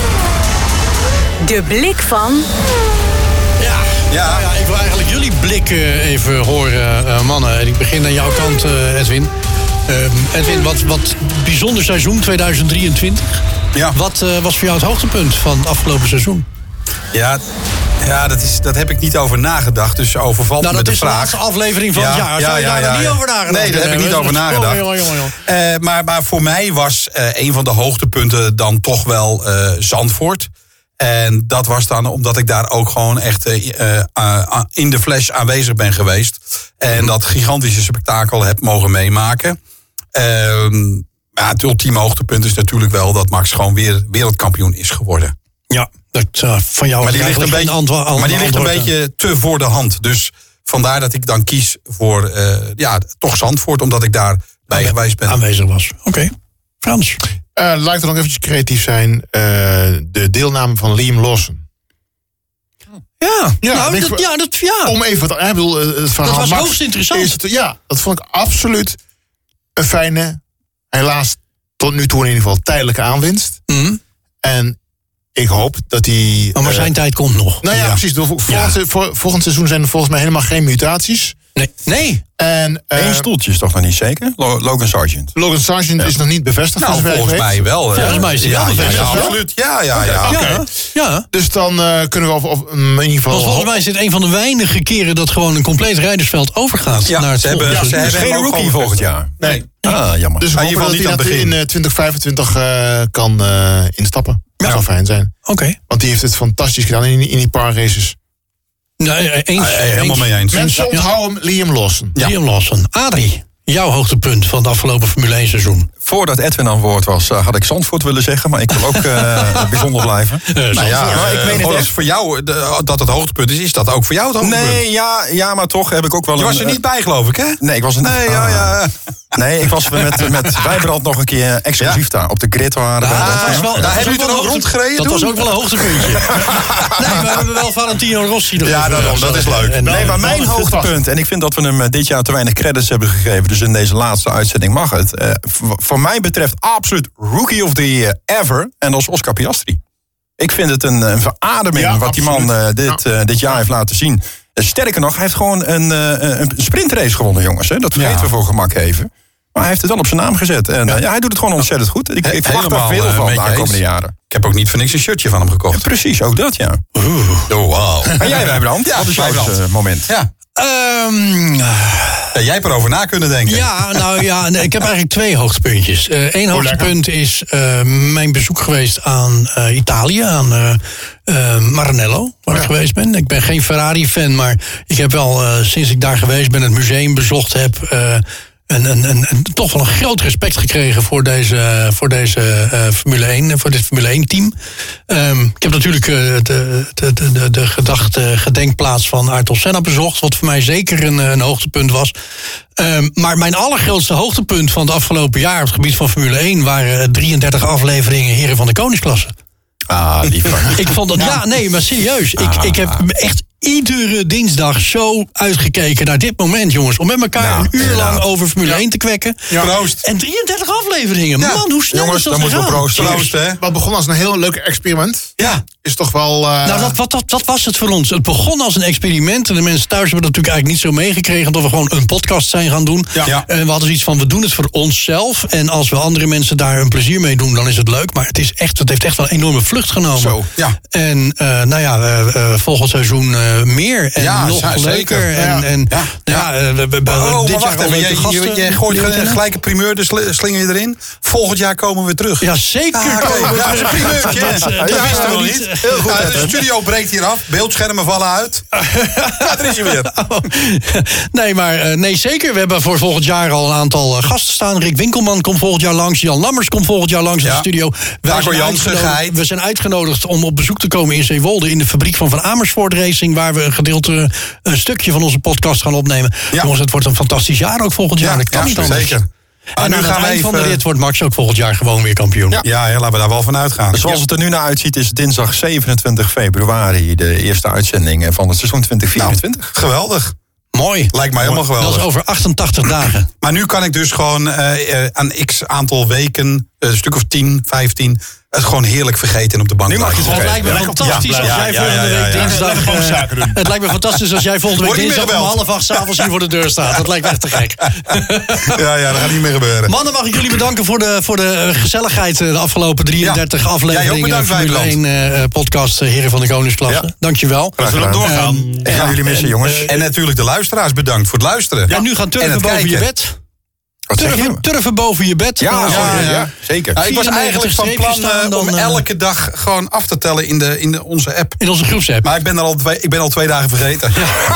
De blik van... Ja, Ja. Nou ja, ik wil eigenlijk jullie blik uh, even horen, uh, mannen. En ik begin aan jouw kant, uh, Edwin. Uh, Edwin, wat, wat bijzonder seizoen tweeduizend drieëntwintig. Ja. Wat uh, was voor jou het hoogtepunt van het afgelopen seizoen? Ja, ja dat, is, dat heb ik niet over nagedacht, dus overvalt Nou, me dat de is de vraag. laatste aflevering van Ja, het jaar. Zou ja, je ja, daar ja, nog niet ja. over nagedacht? Nee, daar heb ik niet over nagedacht. Jongen, jongen, jongen. Uh, maar, maar voor mij was uh, een van de hoogtepunten dan toch wel uh, Zandvoort. En dat was dan omdat ik daar ook gewoon echt uh, uh, in de flash aanwezig ben geweest. En dat gigantische spektakel heb mogen meemaken. Uh, ja, het ultieme hoogtepunt is natuurlijk wel dat Max gewoon weer wereldkampioen is geworden. Ja, dat uh, van jou Maar is die ligt een eigenlijk beetje, geen antwo- maar die ligt een antwoord, uh. beetje te voor de hand. Dus vandaar dat ik dan kies voor uh, ja, toch Zandvoort, omdat ik daar bij geweest ben. Aanwezig was. Oké. Okay. Frans? Uh, laat ik dan nog eventjes creatief zijn. Uh, de deelname van Liam Lawson. Ja, Ja, nou, ik- dat, ja, dat, ja. Om even wat... Ik bedoel, uh, het verhaal Dat was Max hoogst interessant. is het- ja, dat vond ik absoluut een fijne, helaas tot nu toe in ieder geval tijdelijke aanwinst. Mm. En ik hoop dat hij... Maar, maar uh, zijn tijd komt nog. Nou ja, precies. Vol- Volgend, Ja. voor- volgend seizoen zijn er volgens mij helemaal geen mutaties. Nee. nee. En uh, Eén stoeltje is toch nog niet zeker? Lo- Logan Sargent. Logan Sargent is nog niet bevestigd. Nou, voor zover ik volgens weet. mij wel. Volgens mij is hij ja, wel ja, ja, bevestigd. absoluut. Ja, ja, ja. Oké. Ja, ja. Dus dan uh, kunnen we of, of, um, in ieder geval... Want volgens mij is dit een van de weinige keren dat gewoon een compleet rijdersveld overgaat Ja, naar het ze hebben- volgende ja, seizoen. ze Dus hebben geen hem ook rookie gewoon volgend jaar. Nee. Ah, jammer. Dus we Maar in hopen ieder dat geval hij niet aan dat het in uh, twintig vijfentwintig uh, kan uh, instappen. Dat Ja. zou fijn zijn. Oké. Want die heeft het fantastisch gedaan in, in die paar races. Nee, eens. Ah, eh, helemaal eens. mee eens. Mensen ja. onthouden hem Liam Lawson. Ja. Liam Lawson. Adrie, jouw hoogtepunt van het afgelopen Formule één seizoen. Voordat Edwin aan woord was, uh, had ik Zandvoort willen zeggen. Maar ik wil ook uh, bijzonder blijven. Uh, nou ja, uh, ik weet uh, als voor jou de, dat het hoogtepunt is, is dat ook voor jou het hoogtepunt? Nee, ja, ja maar toch heb ik ook wel... Je was een, er niet bij, geloof ik, hè? Nee, ik was er niet... Nee, ja, ja. Nee, ik was met, met Wijbrand nog een keer exclusief ja. daar. Op de grid waren we. Ja, dat was wel, daar hebben jullie toen ook rondgereden Dat doen? was ook wel een hoogtepuntje. Nee, maar we hebben wel Valentino Rossi nog Ja, daarom, dat is leuk. En, nee, maar mijn hoogtepunt, en ik vind dat we hem dit jaar te weinig credits hebben gegeven, dus in deze laatste uitzending mag het. Uh, voor, voor mij betreft absoluut Rookie of the Year ever. En dat is Oscar Piastri. Ik vind het een, een verademing ja, wat absoluut. die man uh, dit, ja. uh, dit jaar heeft laten zien. Uh, sterker nog, hij heeft gewoon een, uh, een sprintrace gewonnen, jongens. Hè? Dat vergeten ja. we voor gemak even. Maar hij heeft het wel op zijn naam gezet. En ja. Uh, ja, hij doet het gewoon ontzettend goed. Ik, ik verwacht daar veel van de aankomende jaren. Ik heb ook niet voor niks een shirtje van hem gekocht. Ja, precies, ook dat, ja. Oeh. Oh, wow. En jij, Wijbrand? Ja, wat is jouw uh, moment? Ja. Um, ja, jij hebt erover na kunnen denken. Ja, nou ja, nee, ik heb eigenlijk twee hoogtepuntjes. Eén uh, hoogtepunt lekker. is uh, mijn bezoek geweest aan uh, Italië, aan uh, uh, Maranello, waar ja. ik geweest ben. Ik ben geen Ferrari-fan, maar ik heb wel, uh, sinds ik daar geweest ben, het museum bezocht heb... Uh, En, en, en, en toch wel een groot respect gekregen voor deze, voor deze uh, Formule één, voor dit Formule één team. Um, ik heb natuurlijk uh, de, de, de, de gedachte gedenkplaats van Ayrton Senna bezocht, wat voor mij zeker een, een hoogtepunt was. Um, maar mijn allergrootste hoogtepunt van het afgelopen jaar op het gebied van Formule één waren drieëndertig afleveringen Heren van de Koningsklasse. Ah, lief. Ik vond dat, ja, nee, maar serieus. Ah. Ik, ik heb echt iedere dinsdag zo uitgekeken naar dit moment, jongens. Om met elkaar ja, een uur inderdaad. lang over Formule ja. één te kwekken. Ja. Proost. En drieëndertig afleveringen. Ja. Man, hoe snel jongens, is dat dan moeten we proosten. Proost, hè? Wat begon als een heel leuk experiment. Ja. Is toch wel... Uh... Nou, dat, wat, dat, dat was het voor ons. Het begon als een experiment. En de mensen thuis hebben dat natuurlijk eigenlijk niet zo meegekregen. Dat we gewoon een podcast zijn gaan doen. Ja. Ja. En we hadden zoiets van, we doen het voor onszelf. En als we andere mensen daar een plezier mee doen, dan is het leuk. Maar het, is echt, het heeft echt wel een enorme vlucht genomen. Zo, ja. En uh, nou ja, uh, uh, volgend seizoen uh, meer. En ja, nog zeker. leuker. En, en, ja. Ja, ja, we, we, we, oh, dit maar wacht even. Jij, je, je gooit gelijk een primeur, de slinger je erin. Volgend jaar komen we terug. Ja, zeker. Ah, komen we ja, dat is een primeurtje. Dat, uh, dat, dat ja, wisten we nog niet. Heel goed. Uh, de studio breekt hier af. Beeldschermen vallen uit. Ja, er is hij weer. Oh. Nee, maar uh, nee, zeker. We hebben voor volgend jaar al een aantal uh, gasten staan. Rick Winkelman komt volgend jaar langs. Jan Lammers komt volgend jaar langs ja. in de studio. Wij zijn, uitgenodigd, we zijn uitgenodigd om op bezoek te komen in Zeewolde, in de fabriek van Van Amersfoort Racing, waar we een gedeelte, een stukje van onze podcast gaan opnemen. Ja. Jongens, het wordt een fantastisch jaar ook volgend jaar. Ja, dat kan ja, niet anders. Zeker. En nu aan het eind van de rit wordt Max ook volgend jaar gewoon weer kampioen. Ja, ja, ja laten we daar wel van uitgaan. Dus zoals het er nu naar uitziet is dinsdag zevenentwintig februari de eerste uitzending van het seizoen twintig vierentwintig. Nou, geweldig. Mooi. Lijkt mij helemaal geweldig. Dat is over achtentachtig dagen. Maar nu kan ik dus gewoon uh, aan x aantal weken, een stuk of tien, vijftien... het gewoon heerlijk vergeten en op de bank. Nu mag je het. Het lijkt me fantastisch ja, als jij ja, volgende ja, ja, week dinsdag... Ja, ja, ja. Uh, het lijkt me fantastisch als jij volgende week dinsdag om half acht 's avonds hier voor de deur staat. Dat lijkt me echt te gek. Ja, ja, dat gaat niet meer gebeuren. Mannen, mag ik jullie bedanken voor de, voor de gezelligheid de afgelopen drieëndertig ja. afleveringen Formule één uh, podcast uh, Heren van de Koningsklasse. Ja. Dankjewel. We zullen doorgaan. Um, ik ga jullie missen, jongens. Uh, en natuurlijk de luisteraars bedankt voor het luisteren. Ja, en nu gaan turven boven kijken. je bed. Turven, turven boven je bed. Ja, ja, ja, ja. zeker. Ja, ik was eigenlijk van plan uh, om elke dag gewoon af te tellen in, de, in de, onze app. In onze groepsapp. Maar ik ben, er al twee, ik ben al twee dagen vergeten.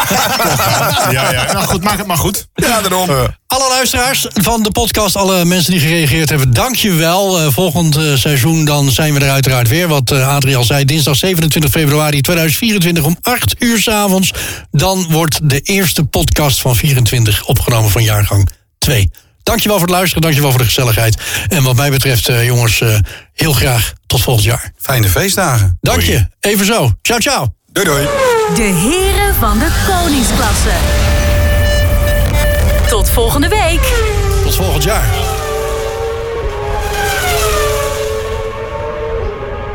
Ja, ja, ja. Nou goed, maak het maar goed. Ja, daarom. Uh. Alle luisteraars van de podcast, alle mensen die gereageerd hebben, dank je wel. Uh, volgend uh, seizoen dan zijn we er uiteraard weer. Wat uh, Adrie al zei, dinsdag zevenentwintig februari tweeduizend vierentwintig om acht uur 's avonds. Dan wordt de eerste podcast van vierentwintig opgenomen van jaargang twee. Dankjewel voor het luisteren, dankjewel voor de gezelligheid. En wat mij betreft, uh, jongens, uh, heel graag tot volgend jaar. Fijne feestdagen. Dank je. Even zo. Ciao, ciao. Doei, doei. De Heren van de Koningsklasse. Tot volgende week. Tot volgend jaar.